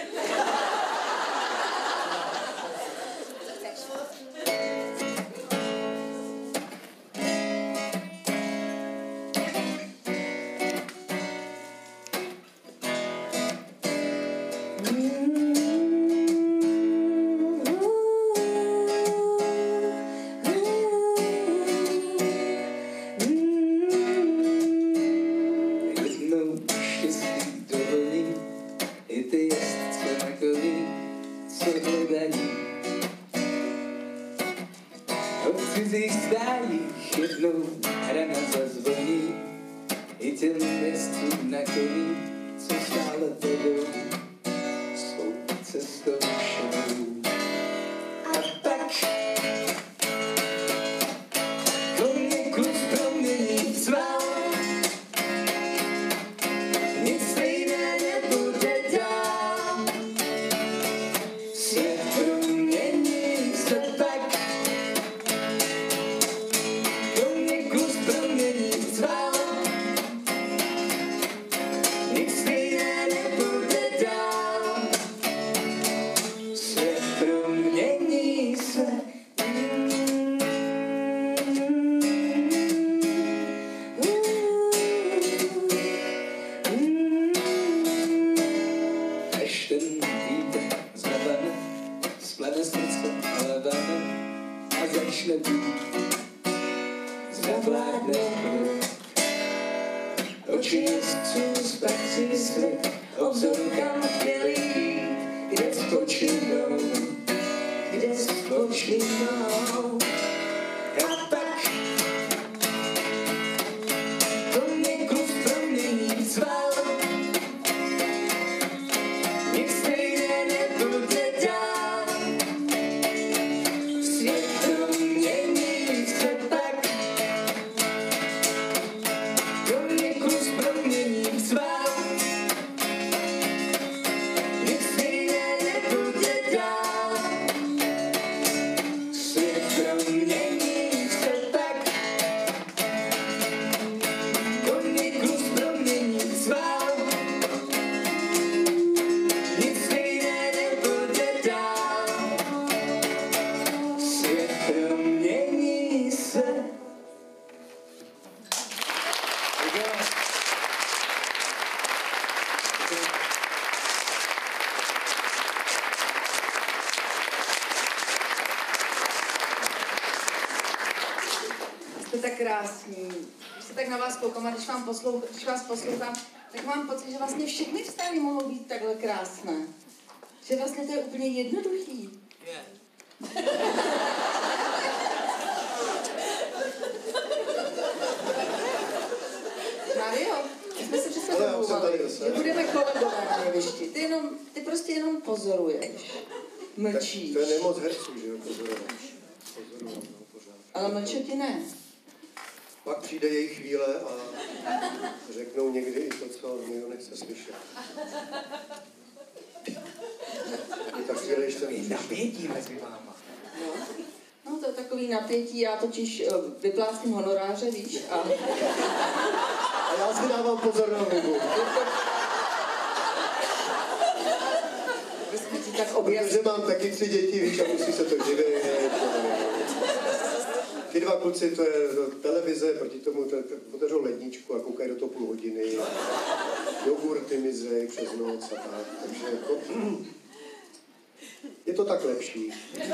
Když, vám poslouch, když vás poslouchám, tak mám pocit, že vlastně všechny vztahy mohou být takhle krásné. Že vlastně to je úplně jednoduchý. Yeah. Mario, my jsme se přesně domluvali, že budeme kolegové na jevišti. Ty, jenom, ty prostě jenom pozoruješ. Mlčíš. To je nemoc herců, že jo, pozoruješ. Pozorujem, no, pořád. Ale mlčeti ne. Pak přijde jejich chvíle a řeknou někdy i to, co někdo nechce slyšet. I ta chvíle ještě neslyšet. Napětí mezi váma. No. no, to je takový napětí, já totiž vyplácím honoráře, víš, a... A já si dávám pozor na hubu. Tak objasný. Protože mám taky tři děti, víš, a musí se to živit. kluci, to je to, televize, proti tomu to, to, otevřou ledničku a koukají do toho půl hodiny. Jogurty mizej přes noc a tak. Takže jako, je to tak lepší.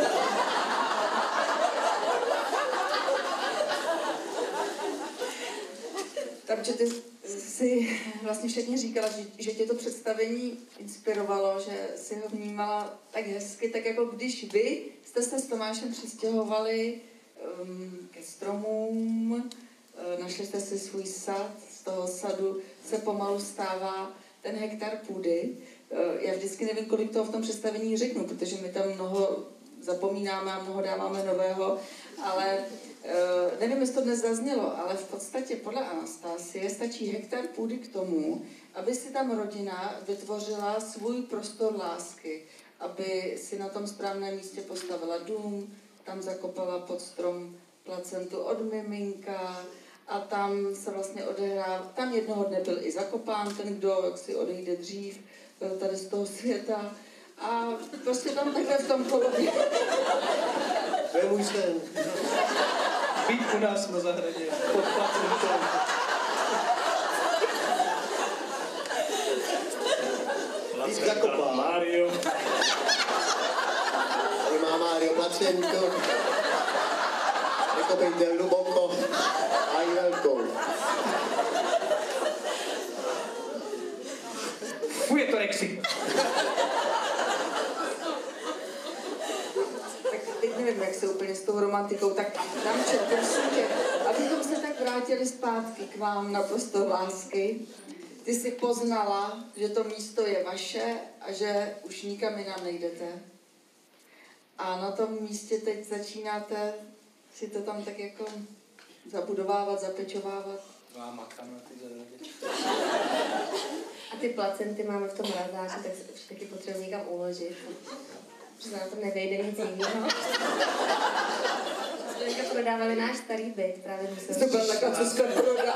Takže ty si vlastně všechny říkala, že, že tě to představení inspirovalo, že si ho vnímala tak hezky, tak jako když vy jste se s Tomášem přistěhovali um, ke stromům, uh, našli jste si svůj sad, z toho sadu se pomalu stává ten hektar půdy. Uh, já vždycky nevím, kolik toho v tom představení řeknu, protože my tam mnoho zapomínáme a mnoho dáváme nového, ale uh, nevím, jestli to dnes zaznělo, ale v podstatě podle Anastasie stačí hektar půdy k tomu, aby si tam rodina vytvořila svůj prostor lásky, aby si na tom správném místě postavila dům, tam zakopala pod strom placentu od miminka a tam se vlastně odehrál, tam jednoho dne byl i zakopán ten, kdo jak si odejde dřív, byl tady z toho světa. A prostě tam takhle v tom kolobě. To je můj sen. Být u nás na zahradě, pod placentem. Být zakopán. Mário. Tady má Mário placentu. Nekopejte hluboko. A i velkou. Fuj, je to Rexy. Teď nevím, jak se úplně s tou romantikou, tak tam četl, že abychom se tak vrátili zpátky k vám na prostor lásky. Ty jsi poznala, že to místo je vaše a že už nikam jinam nejdete. A na tom místě teď začínáte si to tam tak jako zabudovávat, zapečovávat. Já makám na ty zahradě. A ty placenty máme v tom mrazáku, tak se už taky potřebuji někam uložit. Že se na to nevejde nic jiného. Jsme prodávali náš starý byt, právě musím. To byla taková, co jsme prodali.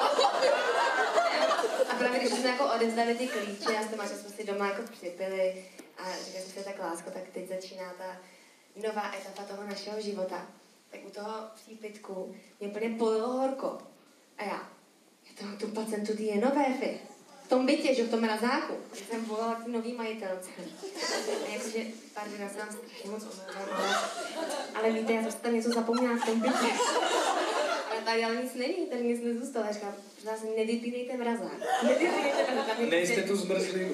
A právě když jsme jako odevzdali ty klíče a s Tomášem jsme si doma jako připili a říkali jsme si tak lásko, tak teď začíná ta nová etapa toho našeho života. Tak u toho přípitku mě úplně polilo horko. A já, je to tu pacientu, ty je nové, fy. V tom bytě, že v tom mrazáku. Já jsem volala k nový majitelce. A jakože, pardon, já se vám strašně moc omlouvám, ale, ale víte, já jsem tam něco zapomněla v tom bytě. Ale tady ale nic není, tady nic nezůstalo. Já říkám, že nevypínejte mrazák. Nevypínejte mrazák. Nejste tu zmrzlinu.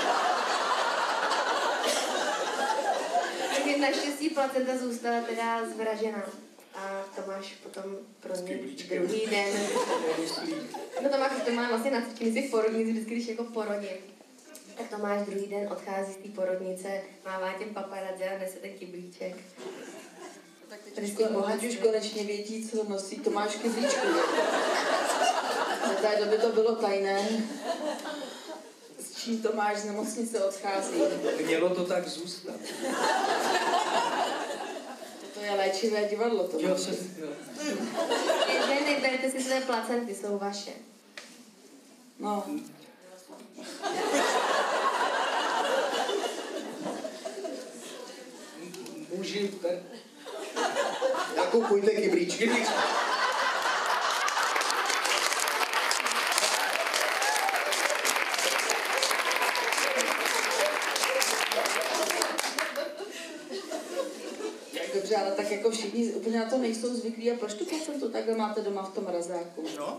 Takže naštěstí placenta zůstala teda zvražená. A Tomáš potom pro mě druhý den. No Tomáš to má vlastně na třetí si v porodnici, vždycky když jako porodím. Tak Tomáš druhý den odchází z té porodnice, mává těm paparazzi a nese ten kyblíček. Tak teď už konečně vědí, co nosí Tomáš kyblíčku. Do té doby to bylo tajné. S čím Tomáš z nemocnice odchází. Mělo to tak zůstat. To je léčivé divadlo, to Jo, se, jo. Že neberte si své placenty, jsou vaše. No. Muži, Nakupujte kyblíčky. Dobře, ale tak jako všichni úplně na to nejsou zvyklí. A proč tu placentu takhle máte doma v tom mrazáku? No.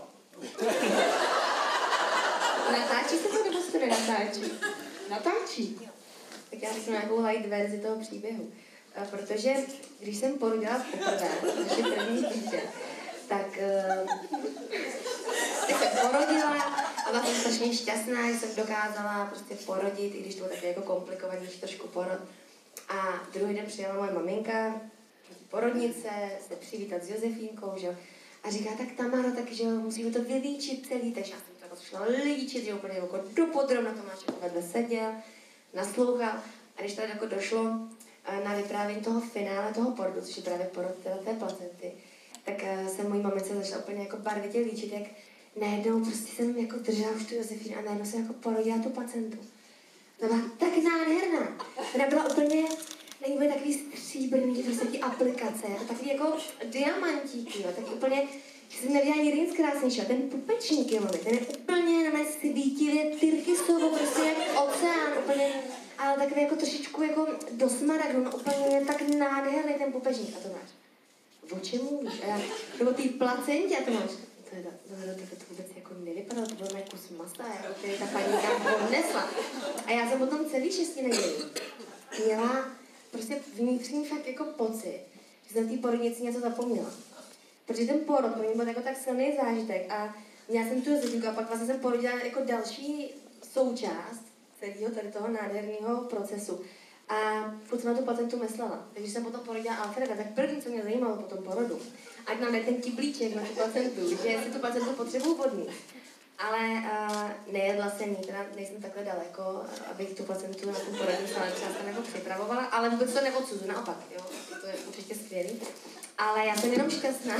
Natáčí se to, nebo se to nenatáčí? Natáčí. Tak já jsem nějakou light verzi toho příběhu. A protože když jsem porodila poprvé, naše první dítě, tak, uh, tak jsem porodila a byla jsem strašně šťastná, že jsem dokázala prostě porodit, i když to bylo také jako komplikovanější trošku porod. A druhý den přijela moje maminka z porodnice, se přivítat s Josefínkou, že jo. A říká, tak Tamaro, tak že jo, musíme to vylíčit celý, takže já jsem to jako šla líčit, že úplně jako dopodrobna, Tomáš jako vedle seděl, naslouchal. A když tady jako došlo na vyprávění toho finále toho porodu, což je právě porod té placenty, tak se mojí mamince začala úplně jako barvitě líčit, jak najednou prostě jsem jako držela už tu Josefínu a najednou jsem jako porodila tu placentu. To byla tak nádherná. Ona byla úplně, Oni byly takový stříbrný, prostě ty aplikace, jako takový jako diamantíky, jo, taky úplně, že jsem neviděla nikdy nic krásnějšího. Ten pupečník, jo, ten je úplně na mě svítivě tyrkysovo, prostě jak oceán, úplně, ale takový jako trošičku jako do smaragdu, no úplně tak nádherný ten pupečník. A to máš, o čem mluvíš? A já, nebo ty placentě, a to máš, to je to, to, to, to vůbec jako nevypadalo, to byl můj kus masa, jako který ta paníka odnesla. A já jsem potom celý šesti neděli měla prostě vnitřní fakt jako pocit, že jsem v té porodnici něco zapomněla. Protože ten porod pro mě byl jako tak silný zážitek a měla jsem tu jezečku a pak vlastně jsem porodila jako další součást celého tady toho nádherného procesu. A furt jsem na tu placentu myslela. Takže jsem potom porodila Alfreda, tak první, co mě zajímalo po tom porodu, ať nám jde ten kyblíček na tu placentu, že jestli tu placentu potřebuju vodní. Ale uh, nejedla jsem ní, teda nejsem takhle daleko, abych tu placentu na tu porodní sále třeba jsem jako připravovala, ale vůbec to neodsuzu, naopak, jo, to je určitě skvělý. Ale já jsem jenom šťastná.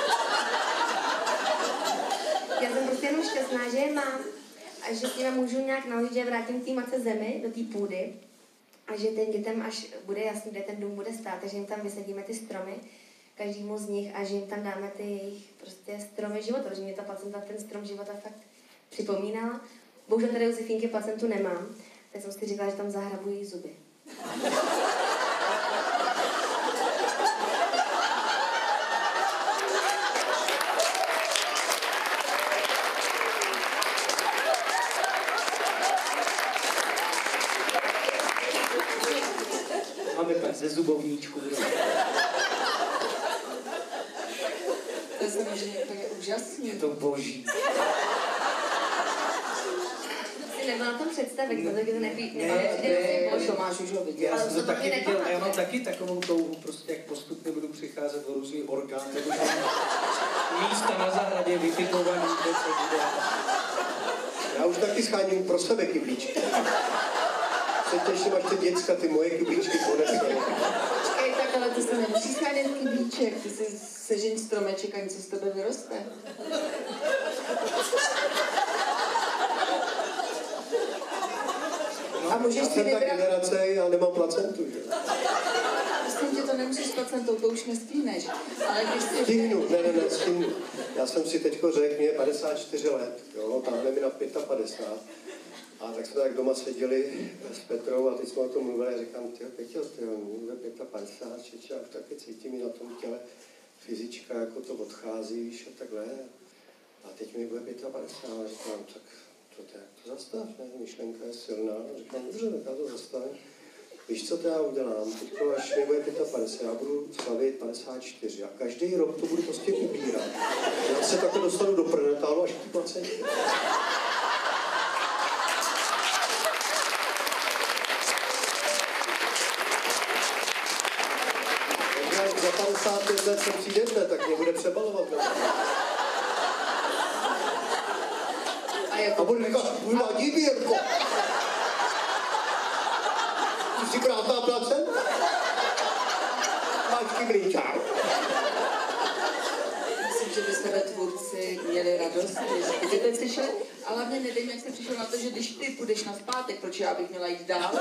Já jsem prostě jenom šťastná, že je mám a že s nimi můžu nějak naložit, že vrátím té matce zemi, do té půdy a že ten dětem, až bude jasný, kde ten dům bude stát, takže jim tam vysadíme ty stromy, každému z nich a že jim tam dáme ty jejich prostě stromy života, protože mě ta placenta ten strom života fakt připomínala. Bohužel tady u Zefínky placentu nemám, tak jsem si říkala, že tam zahrabují zuby. Máme pak ze zubovníčku. To je samozřejmě úplně úžasný. Je to boží. Si nebyla na tom představit, No, protože to nepí... ne, nemáme ne, přijde, Bož, Tomáš už ho viděl. Já Ale jsem to to taky taky viděl a já mám nepamatuje. taky takovou touhu, prostě jak postupně budu přicházet o různý orgány, nebo že místa na zahradě vypikovaný, kde se bude. Já už taky scháním pro sebe kyblíčky. Se těším, až ty děcka ty moje kyblíčky ponesou. Počkej, tak ale ty se nemusí schánět kyblíček, ty si sežeň stromeček a něco z tebe vyroste. No, A můžeš Já si jsem ta vybrat, generace, já nemám placentu, že? myslím, že to nemusíš s placentou, to už nestíneš. Ale když si Stihnu, ne, ne, ne, stihnu. Já jsem si teďko řekl, mě je padesát čtyři let, jo, táhne mi na padesát pět. A tak jsme tak doma seděli s Petrou a teď jsme o tom mluvili a říkám, tyjo, Peťo, tyjo, mě je padesát pět, čeče, a už taky cítím i na tom těle fyzička, jako to odchází, víš, a takhle. A teď mi bude padesát pět a říkám, tak to, to, to zastav, ne, myšlenka je silná. A říkám, dobře, tak já to zastavím. Víš, co to já udělám? Teďko, až mi bude padesát pět, já budu slavit padesát čtyři a každý rok to budu prostě ubírat. Já se takhle dostanu do prenatálu až k té placentě. Takže za padesát pět let sem přijdete, tak mě bude přebalovat. No. A jako A budu říkat, Vladimír, Jirko. Ty jsi krásná placenta? Máš kyblíčák. myslím, že by z tebe tvůrci měli radost, když ty teď slyšeli. A hlavně nevím, jak jsi přišel na to, že když ty půjdeš na zpátek, proč já bych měla jít dál?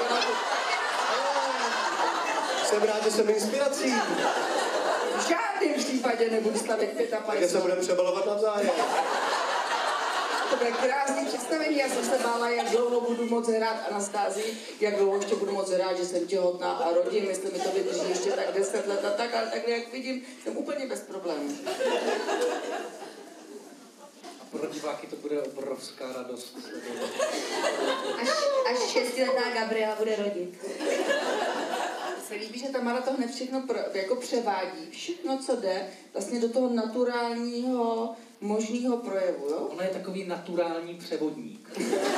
Jsem rád, že jsem inspirací. V žádném případě nebudu slavit Takže se padesát pět. budeme přebalovat navzájem. To bude krásný představení, já jsem se bála, jak dlouho budu moc hrát Anastázii, jak dlouho ještě budu moc hrát, že jsem těhotná a rodím, jestli mi to vydrží ještě tak deset let a tak, ale takhle jak vidím, jsem úplně bez problémů. A pro diváky to bude obrovská radost. Až, až šestiletá Gabriela bude rodit. Se líbí, že Tamara to hned všechno pro, jako převádí, všechno, co jde, vlastně do toho naturálního, možného projevu, jo? Ona je takový naturální převodník.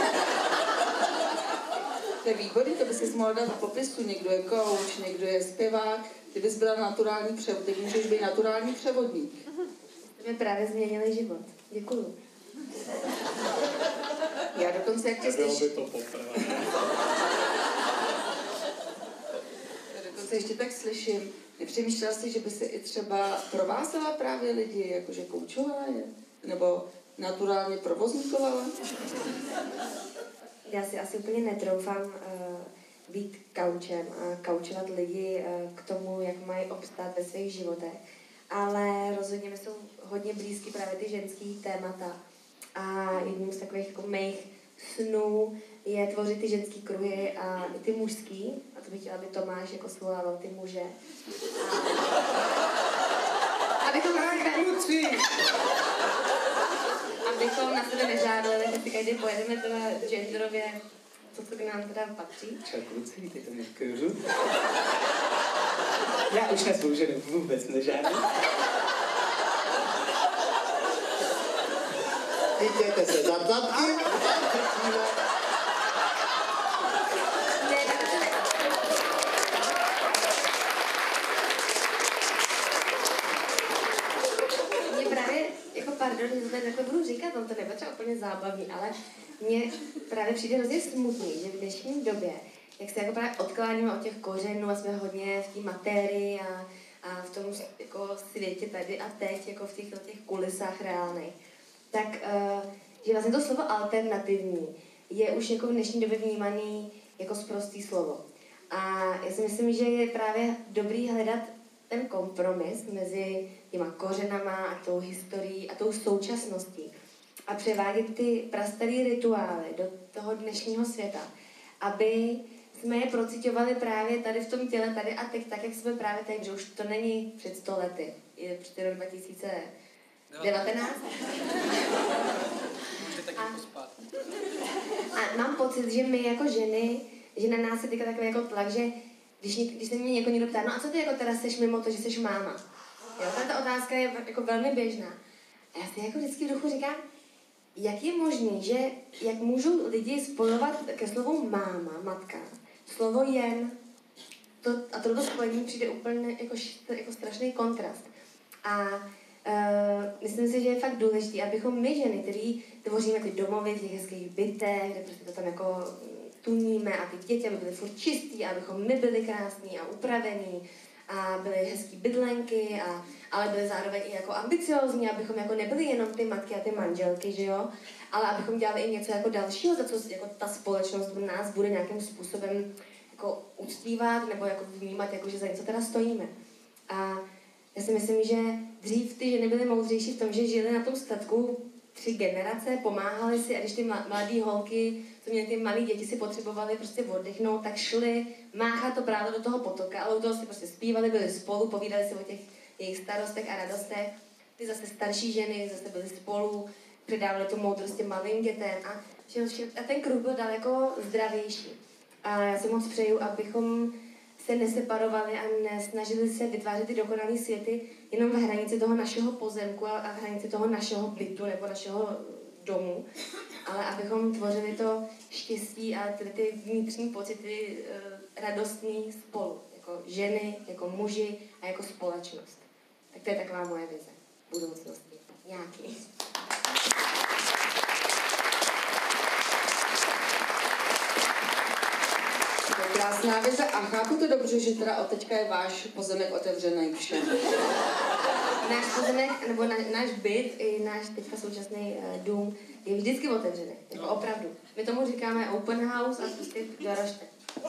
To je výborný, to by si mohla dát v popisu, někdo je kouč, někdo je zpěvák, ty bys byla naturální převod, ty můžeš být naturální převodník. To mi právě změnili život. Děkuju. Já dokonce, jak tě Nebylo slyším, by to poprvé. já dokonce ještě tak slyším, nepřemýšlela jsi, že by si i třeba provázela právě lidi, jakože koučovala je? Nebo naturálně provozníkovala? Já si asi úplně netroufám uh, být kaučem a kaučovat lidi k tomu, jak mají obstát ve svých životech. Ale rozhodně mi jsou hodně blízky právě ty ženský témata. A jedním z takových jako mých snů je tvořit ty ženský kruhy a i ty mužský. A to bych chtěla, aby Tomáš jako svolával ty muže. A abychom na sebe, abychom na sebe nežádali, tak si každý pojedeme teda genderově, to, co k nám teda patří. Čau, kluci, vítejte mě v kruhu. Já už na svou ženu vůbec nežádám. Chytěte se za zadky. Mě právě, jako pardon, že to tady takhle budu říkat, on to nebude třeba úplně zábavný, ale mně právě přijde hrozně smutný, že v dnešní době, jak se jako právě odkláníme od těch kořenů a jsme hodně v té matérii a, a v tom jako světě tady a teď, jako v těch, těch kulisách reálných, tak uh, že vlastně to slovo alternativní je už jako v dnešní době vnímaný jako sprostý slovo. A já si myslím, že je právě dobrý hledat ten kompromis mezi těma kořenama a tou historií a tou současností a převádět ty prastarý rituály do toho dnešního světa, aby jsme je prociťovali právě tady v tom těle, tady a teď, tak, jak jsme právě teď, že už to není před sto lety, je před rok dva tisíce devatenáct. A, a mám pocit, že my jako ženy, že na nás je teďka takový jako tlak, že když, když se mě někdo někdo ptá, no a co ty jako teda seš mimo to, že seš máma? Jo, ta otázka je jako velmi běžná. A já si jako vždycky v duchu říkám, jak je možný, že jak můžou lidi spojovat ke slovu máma, matka, slovo jen, to, a toto spojení přijde úplně jako, jako strašný kontrast. A Uh, myslím si, že je fakt důležité, abychom my ženy, který tvoříme ty domovy v těch hezkých bytech, kde prostě to tam jako tuníme a ty děti, aby byly furt čistý, abychom my byli krásní a upravení a byly hezký bydlenky, a, ale byly zároveň i jako ambiciozní, abychom jako nebyli jenom ty matky a ty manželky, že jo, ale abychom dělali i něco jako dalšího, za co jako ta společnost v nás bude nějakým způsobem jako uctívat nebo jako vnímat, jako že za něco teda stojíme. A já si myslím, že dřív ty ženy byly moudřejší v tom, že žili na tom statku tři generace, pomáhali si a když ty mladé holky, co měly ty malé děti, si potřebovaly prostě oddechnout, tak šly máchat to právo do toho potoka, ale u toho si prostě zpívali, byli spolu, povídali si o těch jejich starostech a radostech. Ty zase starší ženy zase byly spolu, předávali tu moudrost těm malým dětem a, a ten kruh byl daleko zdravější. A já si moc přeju, abychom se neseparovali a nesnažili se vytvářet ty dokonalé světy jenom v hranici toho našeho pozemku a v hranici toho našeho bytu nebo našeho domu, ale abychom tvořili to štěstí a ty, ty vnitřní pocity uh, radostný spolu, jako ženy, jako muži a jako společnost. Tak to je taková moje vize budoucnosti. Nějaký. Krásná vize a chápu to dobře, že teda od teďka je váš pozemek otevřený všem. Náš pozemek, nebo na, náš byt i náš teďka současný uh, dům je vždycky otevřený, jako no. Opravdu. My tomu říkáme open house a prostě dorožte.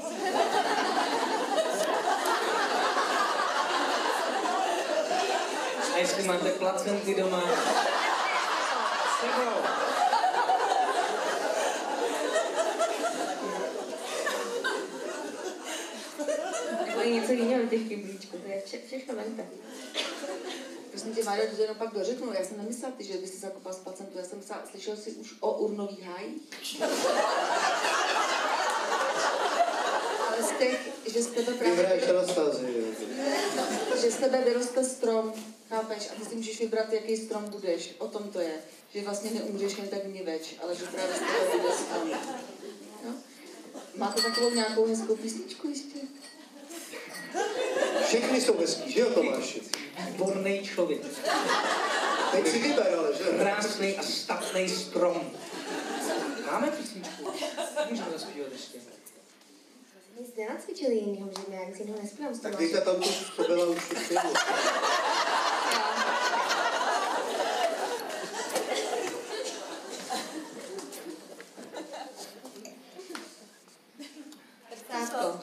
A jestli máte placenty doma, s sebou. Něco jiného do těch kyblíčků, to je vše, všechno vente. Prosím tě, Mária, to jenom pak dořeknu, já jsem nemyslela, ty, že bys si zakopal z placentu, já jsem myslela, slyšel jsi už o urnových hájích? Ale z těch, že z tebe právě... Že z tebe vyroste strom, chápeš, a ty si můžeš vybrat, jaký strom budeš, o tom to je. Že vlastně neumřeš jen tak vniveč, ale že právě z tebe bude strom. No? Máte takovou nějakou hezkou písničku ještě? Všechny jsou hezký, že jo, Tomáši? Výborný člověk. Teď si vyber, ale že? Krásný a statný strom. Máme písničku? Můžeme zaspívat ještě. Nic nenacvičili jinýho, že já si jiného nespívám s Tak dejte tam tu, co byla už v filmu. Sátko.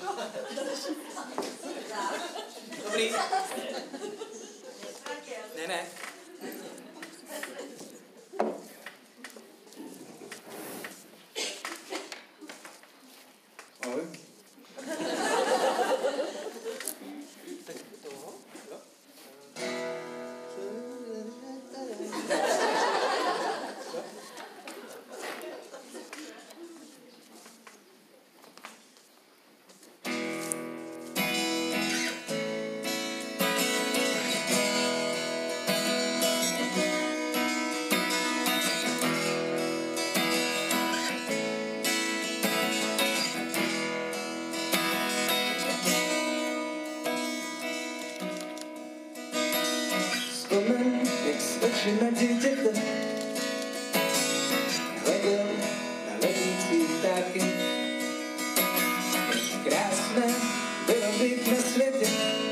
vzpomen, jak s očima dítěte hledal na letící ptáky. Krásné bylo být na světě,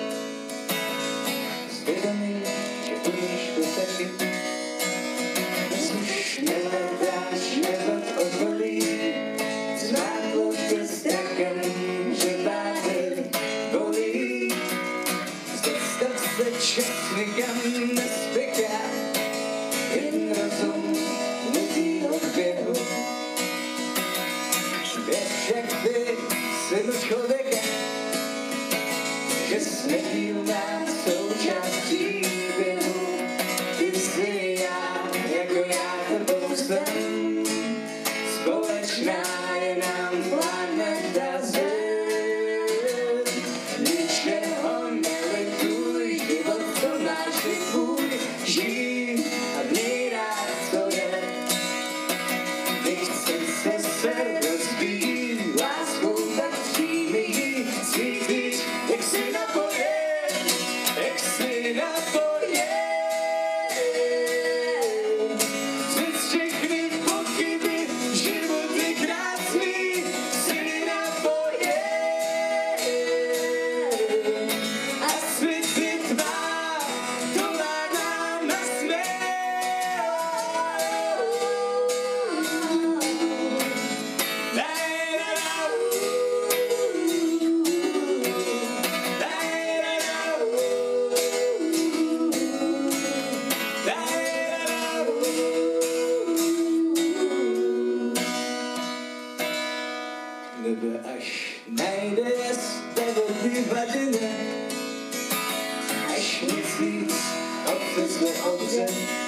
zvědomí, že umíš to taky. Dnes už nehledáš nebod okolí, zmátlo tě strachem, že váhy bolí. Zastav se, čas nikam nespěchá, jen rozum nutí odběhu. Běž jak ty, synu člověka, že jsi nedílná součástí běhu. Ty jsi já, jako já tebou jsem, společná je nám planeta Zem. Ničeho nelituj, život to máš i tvůj, žij a měj rád, co je. Nechci se se rozbít, láskou tak přijmi, cítíš, jak jsi napojen, jak jsi napojen. Přes všechny pochyby, život je krásný, jsi napojen. A svět je tvá, to má nám na směr. Nebe až najde z tebe vyvaděné, až měsíc obce obře.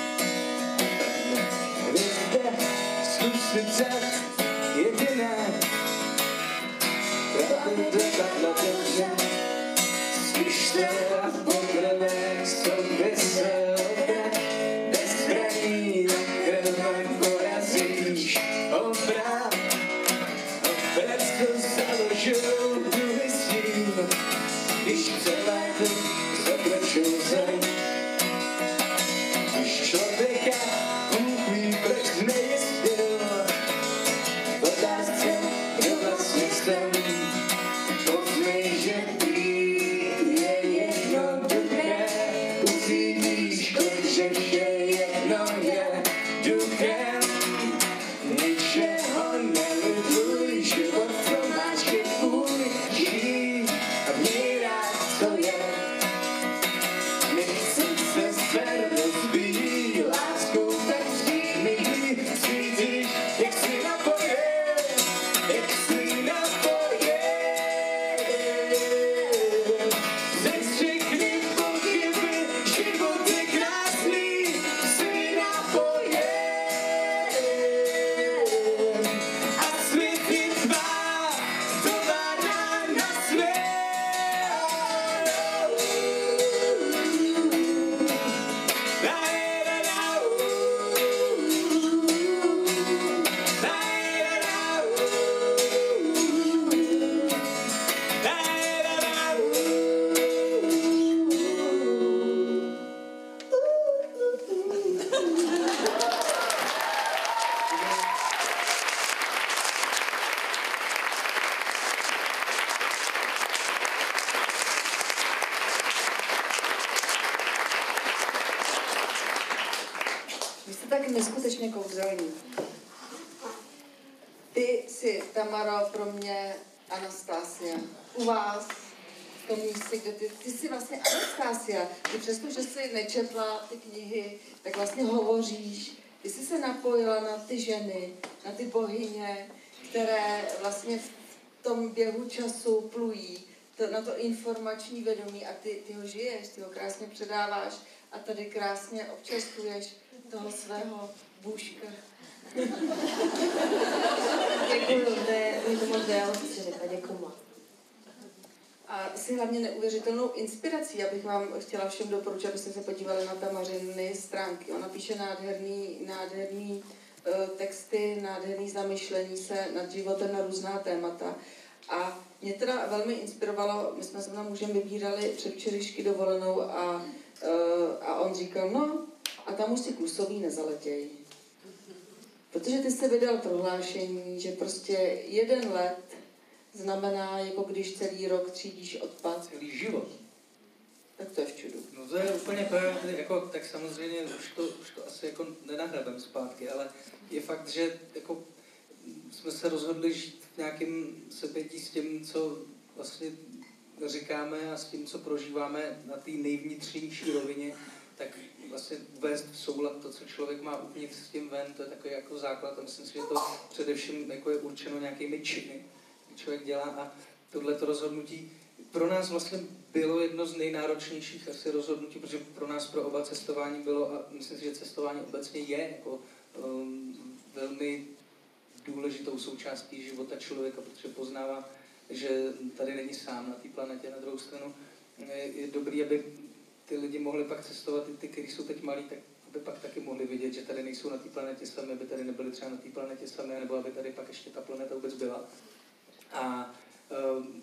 Hvězda zkusit jediná, pravda takhle dobře. Slyšte a pokrvek sobě se obrat, bez zbraní na krvek porazíš obrat. Obrat to založil druhý stín, když přelétl zakračil zem. Když člověka umí, proč nejistil, v otázce, kdo vlastně jsem. Poznej, že být je jednoduché, ucítíš, že vše jedno je duchem. Ničeho nelituj, život to máš je tvůj, žij a měj rád, co je. Nechci se sfer rozbít, láskou tak přijmi, cítíš, jak jsi napojen, jak jsi napojen. Přes všechny pochyby, život je krásný, jsi napojen. A svět je tvá, to má nám na svět. Vy jste tak neskutečně kouzelní. Ty jsi, Tamaro, pro mě Anastasia. U vás, v tom místě, kde ty, ty jsi vlastně Anastasia. Ty přesto, že jsi nečetla ty knihy, tak vlastně hovoříš. Ty jsi se napojila na ty ženy, na ty bohyně, které vlastně v tom běhu času plují, to, na to informační vědomí a ty, ty ho žiješ, ty ho krásně předáváš a tady krásně občerstvuješ toho svého bůžka. Děkuju, to je, mě to moc dalo, co jsi řekla, děkuju moc. A jsi hlavně neuvěřitelnou inspirací. Já bych vám chtěla všem doporučit, abyste se podívali na Tamařiny stránky. Ona píše nádherný, nádherný uh, texty, nádherný zamyšlení se nad životem na různá témata. A mě teda velmi inspirovalo, my jsme se tam mužem vybírali předvčerejšky dovolenou a, uh, a on říkal, říkal, no a tam už si klusový nezaletěj. Protože ty jsi vydal prohlášení, že prostě jeden let znamená, jako když celý rok třídíš odpad. Celý život. Tak to je v čudu. No to je úplně pravda, jako, tak samozřejmě už to, už to asi jako nenahrabem zpátky, ale je fakt, že jako jsme se rozhodli žít v nějakém sepětí s tím, co vlastně říkáme a s tím, co prožíváme na té nejvnitřnější rovině, tak vlastně vést v soulad to, co člověk má uvnitř s tím ven, to je takový jako základ a myslím si, že to především jako je určeno nějakými činy, které člověk dělá a tohleto rozhodnutí pro nás vlastně bylo jedno z nejnáročnějších asi rozhodnutí, protože pro nás pro oba cestování bylo a myslím si, že cestování obecně je jako um, velmi důležitou součástí života člověka, protože poznává, že tady není sám na té planetě. Na druhou stranu je, je dobrý, aby ty lidi mohli pak cestovat, i ty, kteří jsou teď malí, tak aby pak taky mohli vidět, že tady nejsou na té planetě sami, aby tady nebyli třeba na té planetě sami, nebo aby tady pak ještě ta planeta vůbec byla. A um,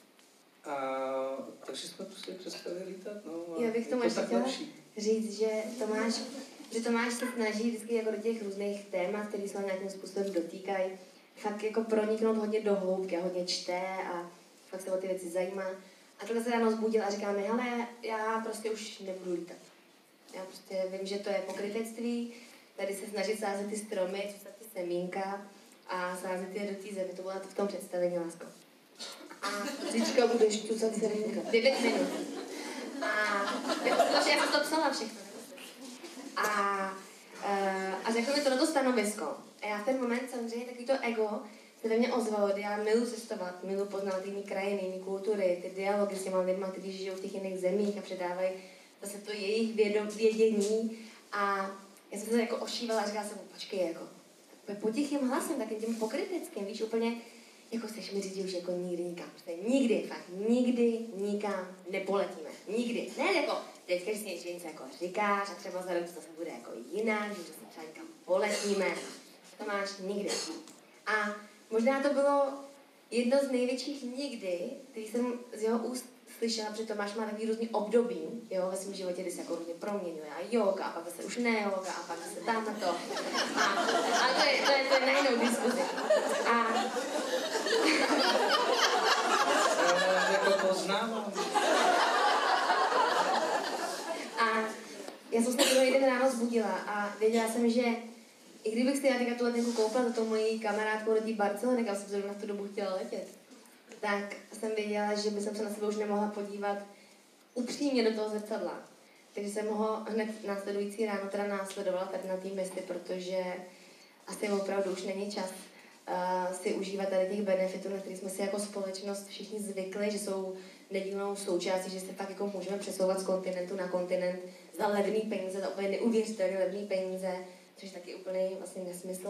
A takže jsme prostě přestali lítat, no. Já bych tomu ještě chtěla říct, že Tomáš, že Tomáš se snaží vždycky jako do těch různých témat, které se nějakým způsobem dotýkají, fakt jako proniknout hodně do hloubky a hodně čte a fakt se o ty věci zajímá. A tohle se ráno zbudil a říká mi, hele, já prostě už nebudu lítat. Já prostě vím, že to je pokrytectví, tady se snažit sázet ty stromy, co ty semínka a sázet je do té země, to bylo v tom představení, lásko. A říčka, budeš tucat semínka. Devět minut. A já jsem to psala všechno. A, a řekl mi to na to stanovisko. A já v ten moment samozřejmě takový to ego se ve mně ozvalo, kdy já miluji cestovat, miluji poznat jiné krajiny, jiné kultury, ty dialogy s těma lidma, kteří žijou v těch jiných zemích a předávají zase to jejich vědom, vědění. A já jsem se jako ošívala a říkala jsem, počkej, jako potichým hlasem, takým tím pokryteckým, víš, úplně jako chceš mi říct, že už jako nikdy nikam. Prostě nikdy, fakt nikdy nikam nepoletíme. Nikdy. Ne jako teďka, že si něco jako říkáš a třeba za rok to se bude jako jinak, že se třeba někam poletíme. To máš nikdy. A možná to bylo jedno z největších nikdy, který jsem z jeho úst slyšela, protože Tomáš má takový různý období, jo, ve svém životě, kdy se jako různě proměňuje a yoga, a pak se už ne yoga, a pak se tam na to. A, a to je, to je, to je na jinou diskuzi. A já jako poznávám. A já jsem se toho jeden ráno zbudila a věděla jsem, že i kdybych si já teďka tu letenku koupila za to mojí kamarádku do té Barcelony, kam jsem zrovna v tu dobu chtěla letět, tak jsem věděla, že bych se na sebe už nemohla podívat upřímně do toho zrcadla. Takže jsem ho hned následující ráno teda následovala tady na té misty, protože asi opravdu už není čas uh, si užívat tady těch benefitů, na které jsme si jako společnost všichni zvykli, že jsou nedílnou součástí, že se fakt jako můžeme přesouvat z kontinentu na kontinent za levný peníze, za úplně neuvěřitelně levný peníze, což je taky úplný vlastně nesmysl.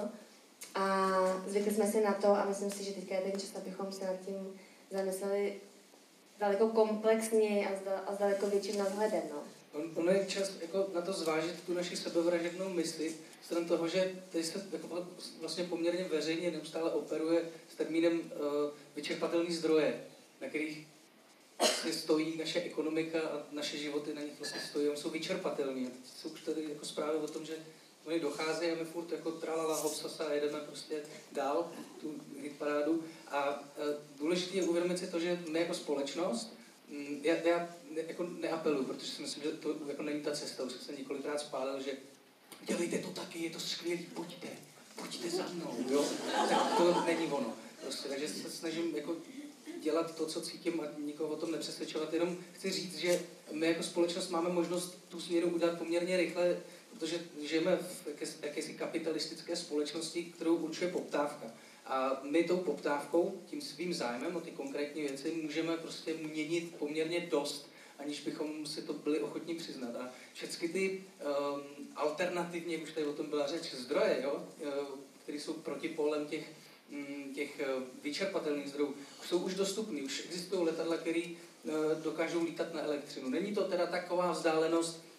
A zvykli jsme si na to a myslím si, že teďka je ten čas, abychom se nad tím zamysleli daleko komplexněji a s, a s daleko větším nadhledem. No. On, ono je čas jako na to zvážit tu naši sebevražednou mysli, stran toho, že tady se jako vlastně poměrně veřejně neustále operuje s termínem uh, vyčerpatelný zdroje, na kterých vlastně stojí naše ekonomika a naše životy na nich vlastně stojí, oni jsou vyčerpatelní. A teď jsou už tady jako zprávy o tom, že oni docházejí a my furt jako tralala hopsasa a jedeme prostě dál tu hitparádu. A e, důležité je uvědomit si to, že my jako společnost, m, já, já jako neapeluju, protože si myslím, že to jako není ta cesta, už jsem několikrát spálil, že dělejte to taky, je to skvělý, pojďte, pojďte za mnou, jo? Tak to není ono. Prostě, takže se snažím jako dělat to, co cítím a nikoho o tom nepřesvědčovat. Jenom chci říct, že my jako společnost máme možnost tu změnu udělat poměrně rychle, protože žijeme v jakési, jakési kapitalistické společnosti, kterou určuje poptávka. A my tou poptávkou, tím svým zájmem o ty konkrétní věci, můžeme prostě měnit poměrně dost, aniž bychom si to byli ochotní přiznat. A všechny ty um, alternativně, už tady o tom byla řeč, zdroje, jo, které jsou protipólem těch těch vyčerpatelných zdrojů, jsou už dostupný, už existují letadla, které dokážou lítat na elektřinu. Není to teda taková vzdálenost,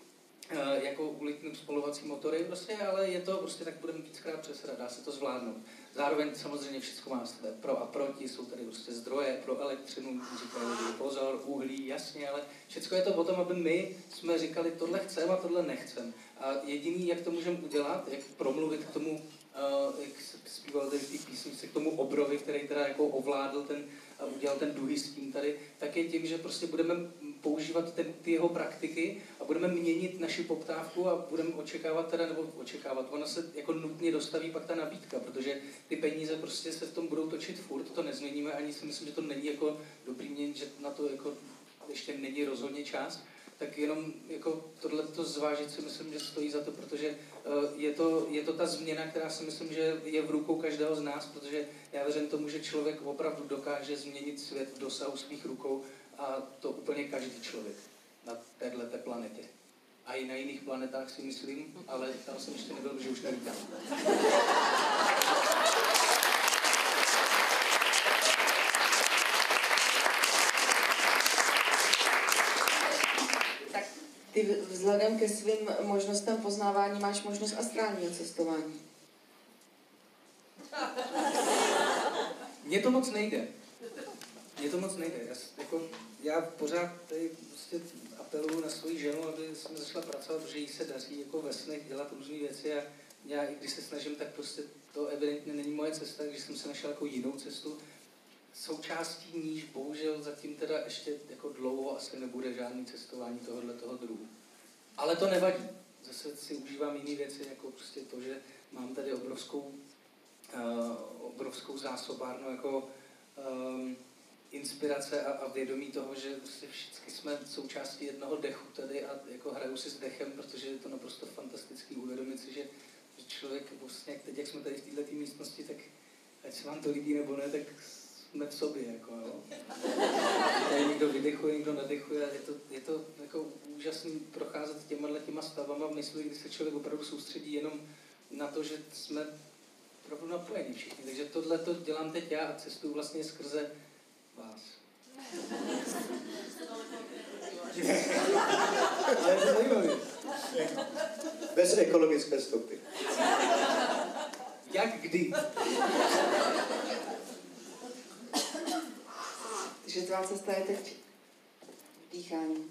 jako ulitným spolovací motory, prostě, ale je to prostě, tak budeme víckrát přesrat, dá se to zvládnout. Zároveň samozřejmě všechno má své pro a proti, jsou tady prostě zdroje pro elektřinu, říkají lidi, pozor, uhlí, jasně, ale všechno je to o tom, aby my jsme říkali, tohle chceme a tohle nechceme. A jediný, jak to můžeme udělat, jak promluvit k tomu, uh, jak zpíval tady v té písničce, k tomu obrovi, který teda jako ovládl ten a udělal ten duhy s tím tady, tak je tím, že prostě budeme používat ten, ty jeho praktiky a budeme měnit naši poptávku a budeme očekávat teda, nebo očekávat, ona se jako nutně dostaví pak ta nabídka, protože ty peníze prostě se v tom budou točit furt, to nezměníme, ani si myslím, že to není jako dobrý měnit, že na to jako ještě není rozhodně čas, tak jenom jako tohleto zvážit si myslím, že stojí za to, protože uh, je, to, je to ta změna, která si myslím, že je v rukou každého z nás, protože já věřím tomu, že člověk opravdu dokáže změnit svět v dosahu svých rukou a to úplně každý člověk na této planetě. A i na jiných planetách si myslím, ale tam jsem ještě nebyl, že už nevítám. Ty vzhledem ke svým možnostem poznávání máš možnost astrálního cestování. Mně to moc nejde. Mně to moc nejde. Já, jako, já pořád tady prostě apeluju na svou ženu, aby jsme začala pracovat, protože jí se daří jako ve snech dělat různé věci a já, i když se snažím, tak prostě to evidentně není moje cesta, takže jsem se našel jako jinou cestu. Součástí níž bohužel zatím teda ještě jako dlouho asi nebude žádný cestování tohohle toho druhu. Ale to nevadí. Zase si užívám jiné věci, jako prostě to, že mám tady obrovskou, uh, obrovskou zásobárnu jako um, inspirace a, a vědomí toho, že prostě všichni jsme součástí jednoho dechu tady a jako hraju si s dechem, protože je to naprosto fantastický uvědomit si, že, že člověk vlastně, teď jak jsme tady v této místnosti, tak ať se vám to líbí nebo ne, tak jsme v sobě, jako jo. Tady někdo vydechuje, někdo nadechuje a je to, je to jako úžasný procházet těma těma stavama v mysli, kdy se člověk opravdu soustředí jenom na to, že jsme opravdu napojení všichni. Takže tohle to dělám teď já a cestuju vlastně skrze vás. Ale je to zajímavé. Bez ekologické stopy. Jak kdy? Takže tvá cesta je teď dýchání.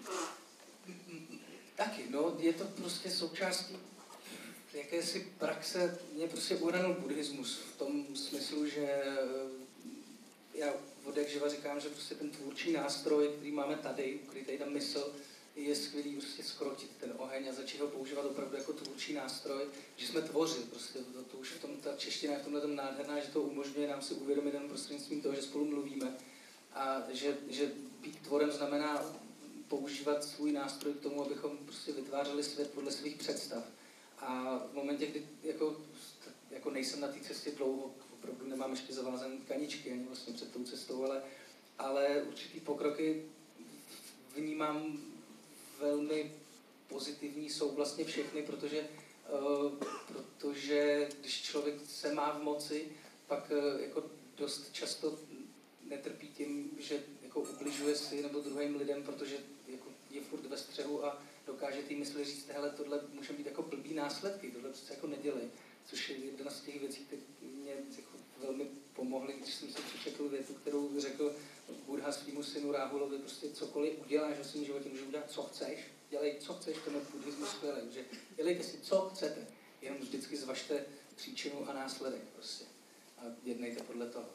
Taky, no, je to prostě součástí jakési praxe, mě prostě uhranul buddhismus v tom smyslu, že já od jak živa říkám, že prostě ten tvůrčí nástroj, který máme tady, který tady ta mysl, je skvělý prostě skrotit ten oheň a začít ho používat opravdu jako tvůrčí nástroj, že jsme tvořili prostě, to, to už v tom, ta čeština je v tomhle tom nádherná, že to umožňuje nám si uvědomit jen prostřednictvím toho, že spolu mluvíme a že, že být tvorem znamená používat svůj nástroj k tomu, abychom prostě vytvářeli svět podle svých představ. A v momentě, kdy jako, jako nejsem na té cestě dlouho, opravdu nemám ještě zavázané tkaničky ani vlastně před tou cestou, ale, ale určitý pokroky vnímám velmi pozitivní, jsou vlastně všechny, protože, uh, protože když člověk se má v moci, pak uh, jako dost často netrpí tím, že jako ubližuje si nebo druhým lidem, protože jako je furt ve střehu a dokáže tý mysli říct, hele, tohle může být jako blbý následky, tohle prostě jako nedělej. Což je jedna z těch věcí, které mě jako velmi pomohly, když jsem si přečetl větu, kterou řekl Buddha svýmu synu Ráhulovi, prostě cokoliv uděláš ve svém životě, můžeš udělat, co chceš, dělej, co chceš, to je buddhismus skvělý, že dělejte si, co chcete, jenom vždycky zvažte příčinu a následek prostě a jednejte podle toho.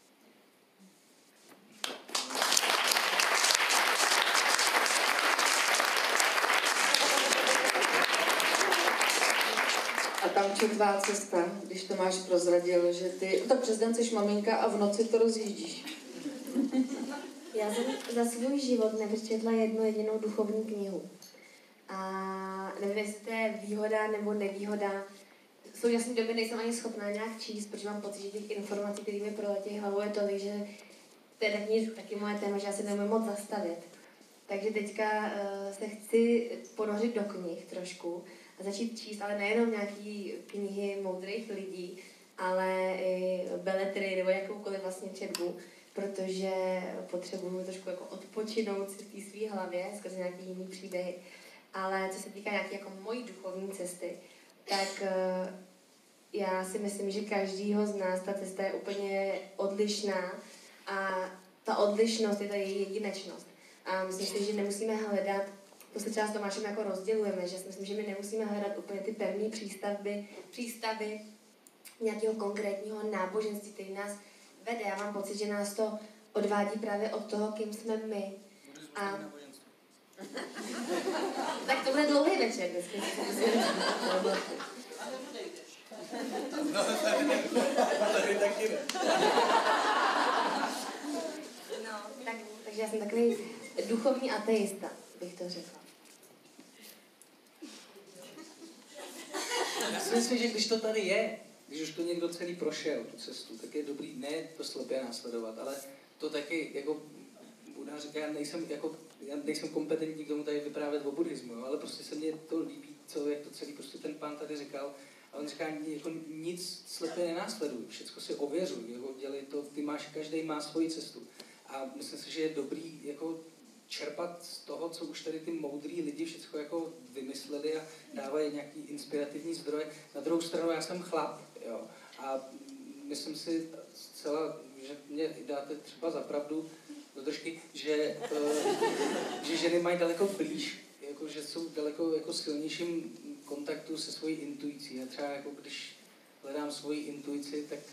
A tam či tvá cesta, když to máš prozradil, že ty, tak přes den jsi maminka a v noci to rozjíždíš. Já jsem za svůj život nepřečetla jednu jedinou duchovní knihu. A nevím, jestli to je výhoda nebo nevýhoda. V současné době nejsem ani schopná nějak číst, protože mám pocit, že těch informací, které mi proletějí hlavou, je tolik, že to je taky, taky moje téma, že já se nemůžu moc zastavit. Takže teďka uh, se chci ponořit do knih trošku a začít číst, ale nejenom nějaký knihy moudrých lidí, ale i beletry nebo jakoukoliv vlastně četbu, protože potřebuju trošku jako odpočinout si v té své hlavě skrze nějaký jiný příběhy. Ale co se týká nějaké jako mojí duchovní cesty, tak uh, já si myslím, že každýho z nás ta cesta je úplně odlišná a ta odlišnost je ta její jedinečnost. A myslím si, že nemusíme hledat, to se třeba s Tomášem jako rozdělujeme, že si myslím, že my nemusíme hledat úplně ty pevné přístavby, přístavy nějakého konkrétního náboženství, který nás vede. Já mám pocit, že nás to odvádí právě od toho, kým jsme my. A... tak to bude dlouhý večer dneska. No, tady taky ne. No, tak, takže já jsem takový duchovní ateista, bych to řekla. Já si myslím, že když to tady je, když už to někdo celý prošel, tu cestu, tak je dobrý ne to slepě následovat, ale to taky, jako Buddha říká, já nejsem, jako, já nejsem kompetentní k tomu tady vyprávět o buddhismu, jo, ale prostě se mně to líbí, co, jak to celý prostě ten pán tady říkal. A on říká, jako nic slepě nenásleduj, všecko si ověřuj, jako dělej to, ty máš, každý má svoji cestu. A myslím si, že je dobrý jako čerpat z toho, co už tady ty moudrý lidi všechno jako vymysleli a dávají nějaký inspirativní zdroje. Na druhou stranu já jsem chlap, jo, a myslím si zcela, že mě dáte třeba za pravdu do držky, že, že ženy mají daleko blíž, jako, že jsou daleko jako silnějším kontaktu se svojí intuicí. A třeba jako když hledám svoji intuici, tak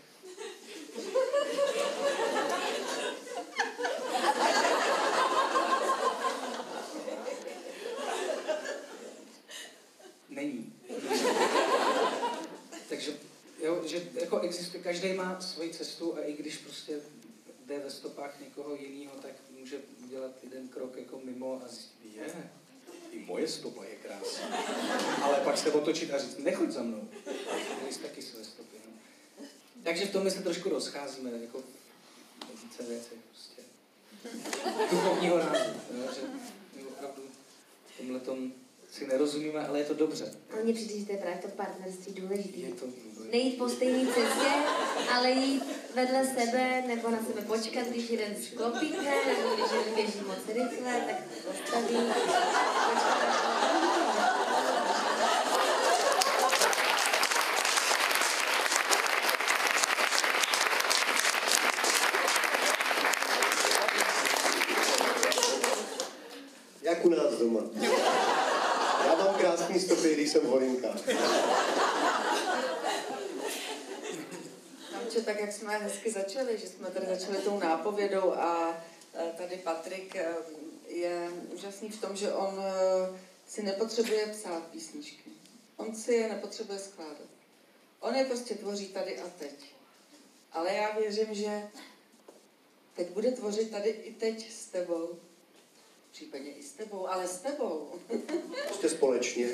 není. Takže jo, že jako existuje, každý má svoji cestu a i když prostě jde ve stopách někoho jiného, tak může udělat jeden krok jako mimo a zjistit, je, i moje stopa je krásná. Ale pak se otočit a říct, nechoď za mnou. Měli jsi taky své stopy. No. Takže v tom my se trošku rozcházíme, jako více věci prostě. Duchovního rázu, jo, že my opravdu v tomhletom si nerozumíme, ale je to dobře. Ale mně přijde, že to je právě to partnerství důležitý. Je to Nejít po stejné cestě, ale jít vedle sebe, nebo na sebe počkat, když jeden sklopítne, nebo když jeden běží moc rychle, tak postaví. Jak u nás doma. Já mám krásný stopy, když jsem v holinkách. Tamče, tak jak jsme hezky začali, že jsme tady začali tou nápovědou a tady Patrik je úžasný v tom, že on si nepotřebuje psát písničky. On si je nepotřebuje skládat. On je prostě tvoří tady a teď. Ale já věřím, že teď bude tvořit tady i teď s tebou. Případně i s tebou, ale s tebou. Prostě společně.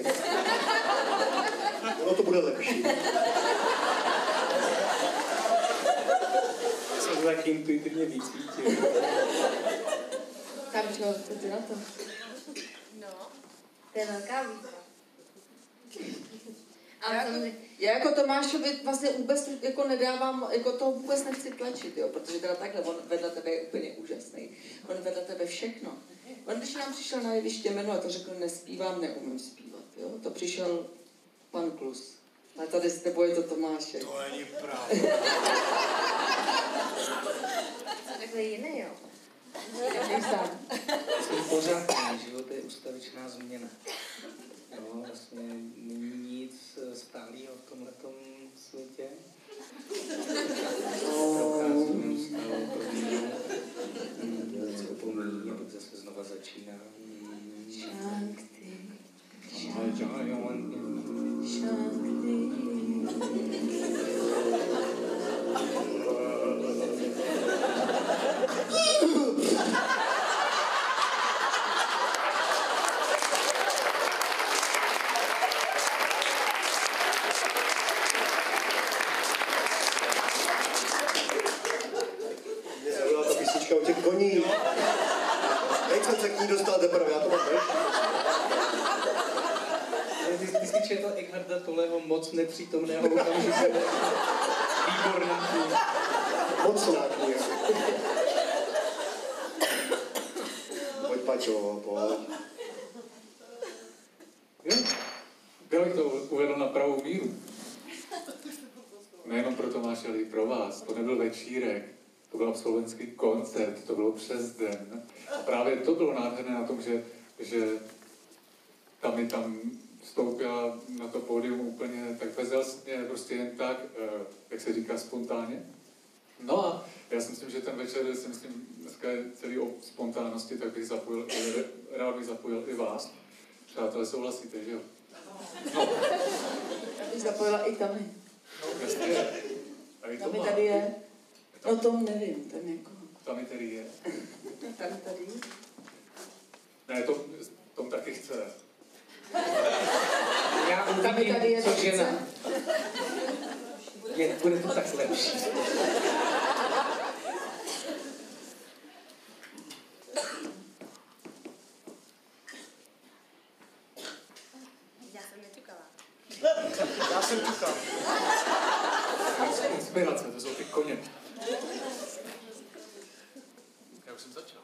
No to bude lepší. Já jsem to taky intuitivně víc vítil. Kamčo, co ty na to? No, to je velká výzva. Já jako, já jako Tomášovi vlastně vůbec jako nedávám, jako to vůbec nechci tlačit, jo, protože teda takhle, on vedle tebe je úplně úžasný. On vedle tebe všechno. On když nám přišel na jeviště jméno a to řekl, nespívám, neumím zpívat, jo. To přišel pan Klus. A tady s tebou je to Tomášek. To není pravda. Takhle jiný, jo. Jsem pořád, život je ustavičná změna. Jo, vlastně není nic stálého v tomhletom světě. Procházím stále to změnu. Něco opomíní a pak zase znova začíná. Shankti. Shankti. Mě zaujala ta písnička o těch koní. Jak jsem se k ní dostal teprve, já to mám než. Ty, ty jsi četl Eckharta Tolleho Moc nepřítomného okamžiku. Výborná kniha. Mocná kniha. Pojď, Paťo, pojď. abych to uvedl na pravou míru. Nejenom pro Tomáše, ale i pro vás. To nebyl večírek, to byl absolventský koncert, to bylo přes den. A právě to bylo nádherné na tom, že, že tam mi tam vstoupila na to pódium úplně tak bezelstně, prostě jen tak, jak se říká, spontánně. No a já si myslím, že ten večer, si myslím, dneska je celý o spontánnosti, tak bych zapojil, rád bych zapojil i vás. Přátelé, souhlasíte, že jo? No. Já bych zapojila i Tami. No, jasně. Tady to Tami má. tady je. No tom nevím, tam jako. Tami tady je. Tami tady. Ne, to, Tom taky chce. Já Tami uvidím, tady je, co to žena. chce. Jak bude to tak lepší. Já jsem neťukala. Já jsem ťukal. Inspirace, to jsou ty koně. Já už jsem začal.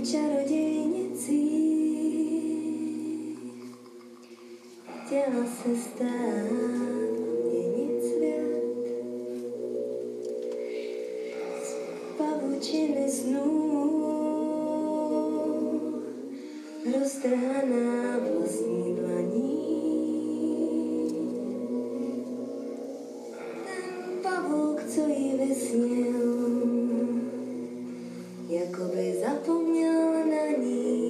čarodějnicí. Chtěla se stát, měnit svět. Z pavučiny snů roztrhaná vlastní dlaní. Ten pavouk, co jí vysněl, jakoby zapomněl na ní.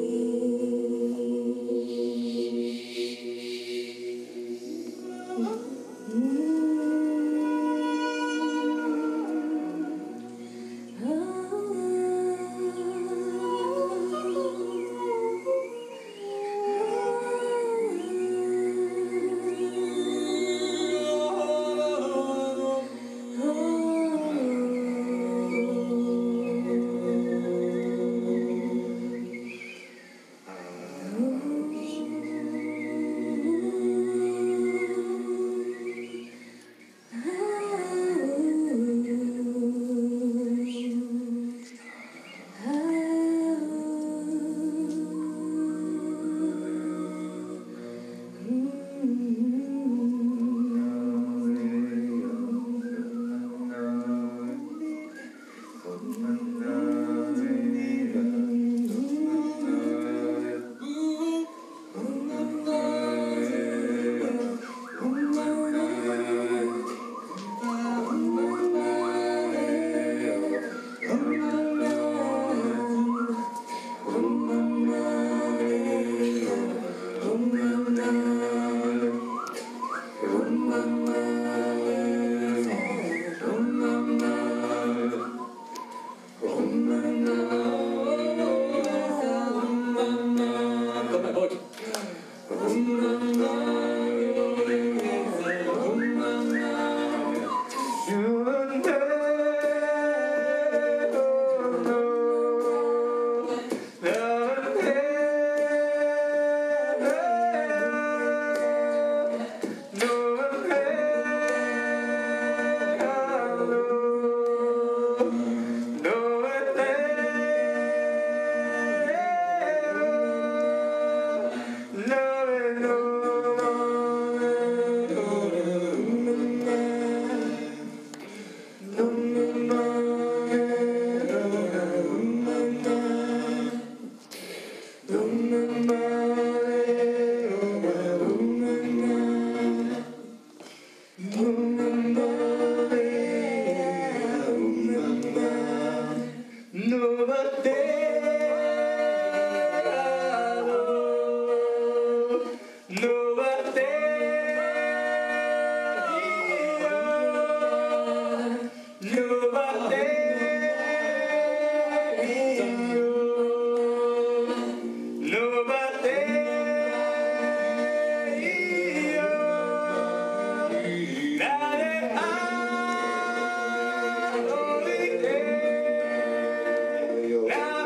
Jo.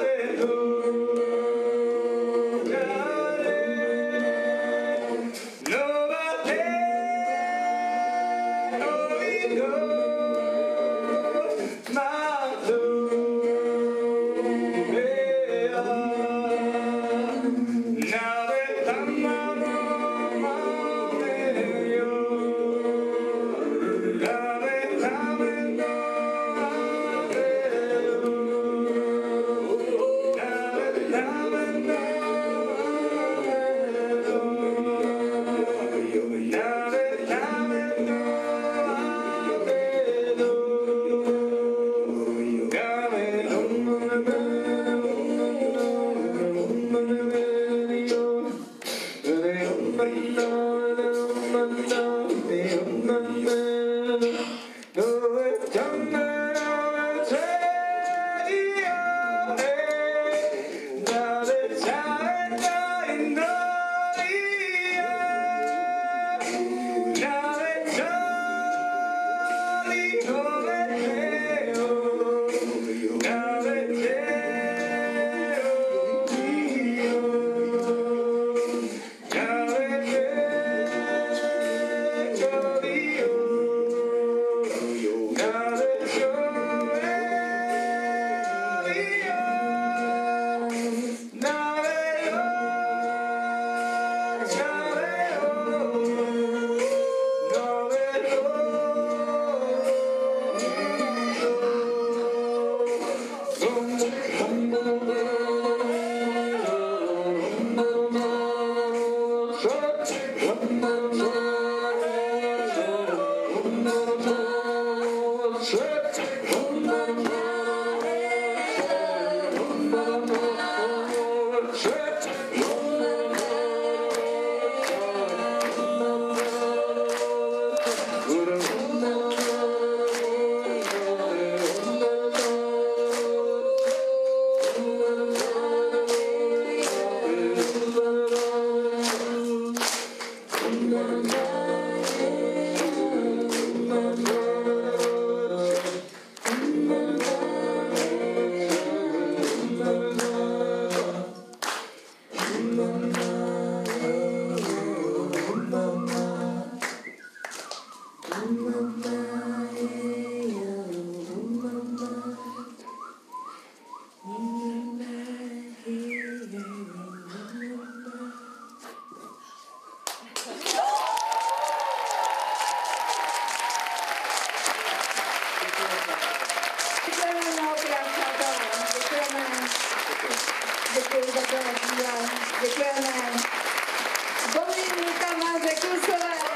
děkuji za to. Děkujeme. Dominika Mařekusové.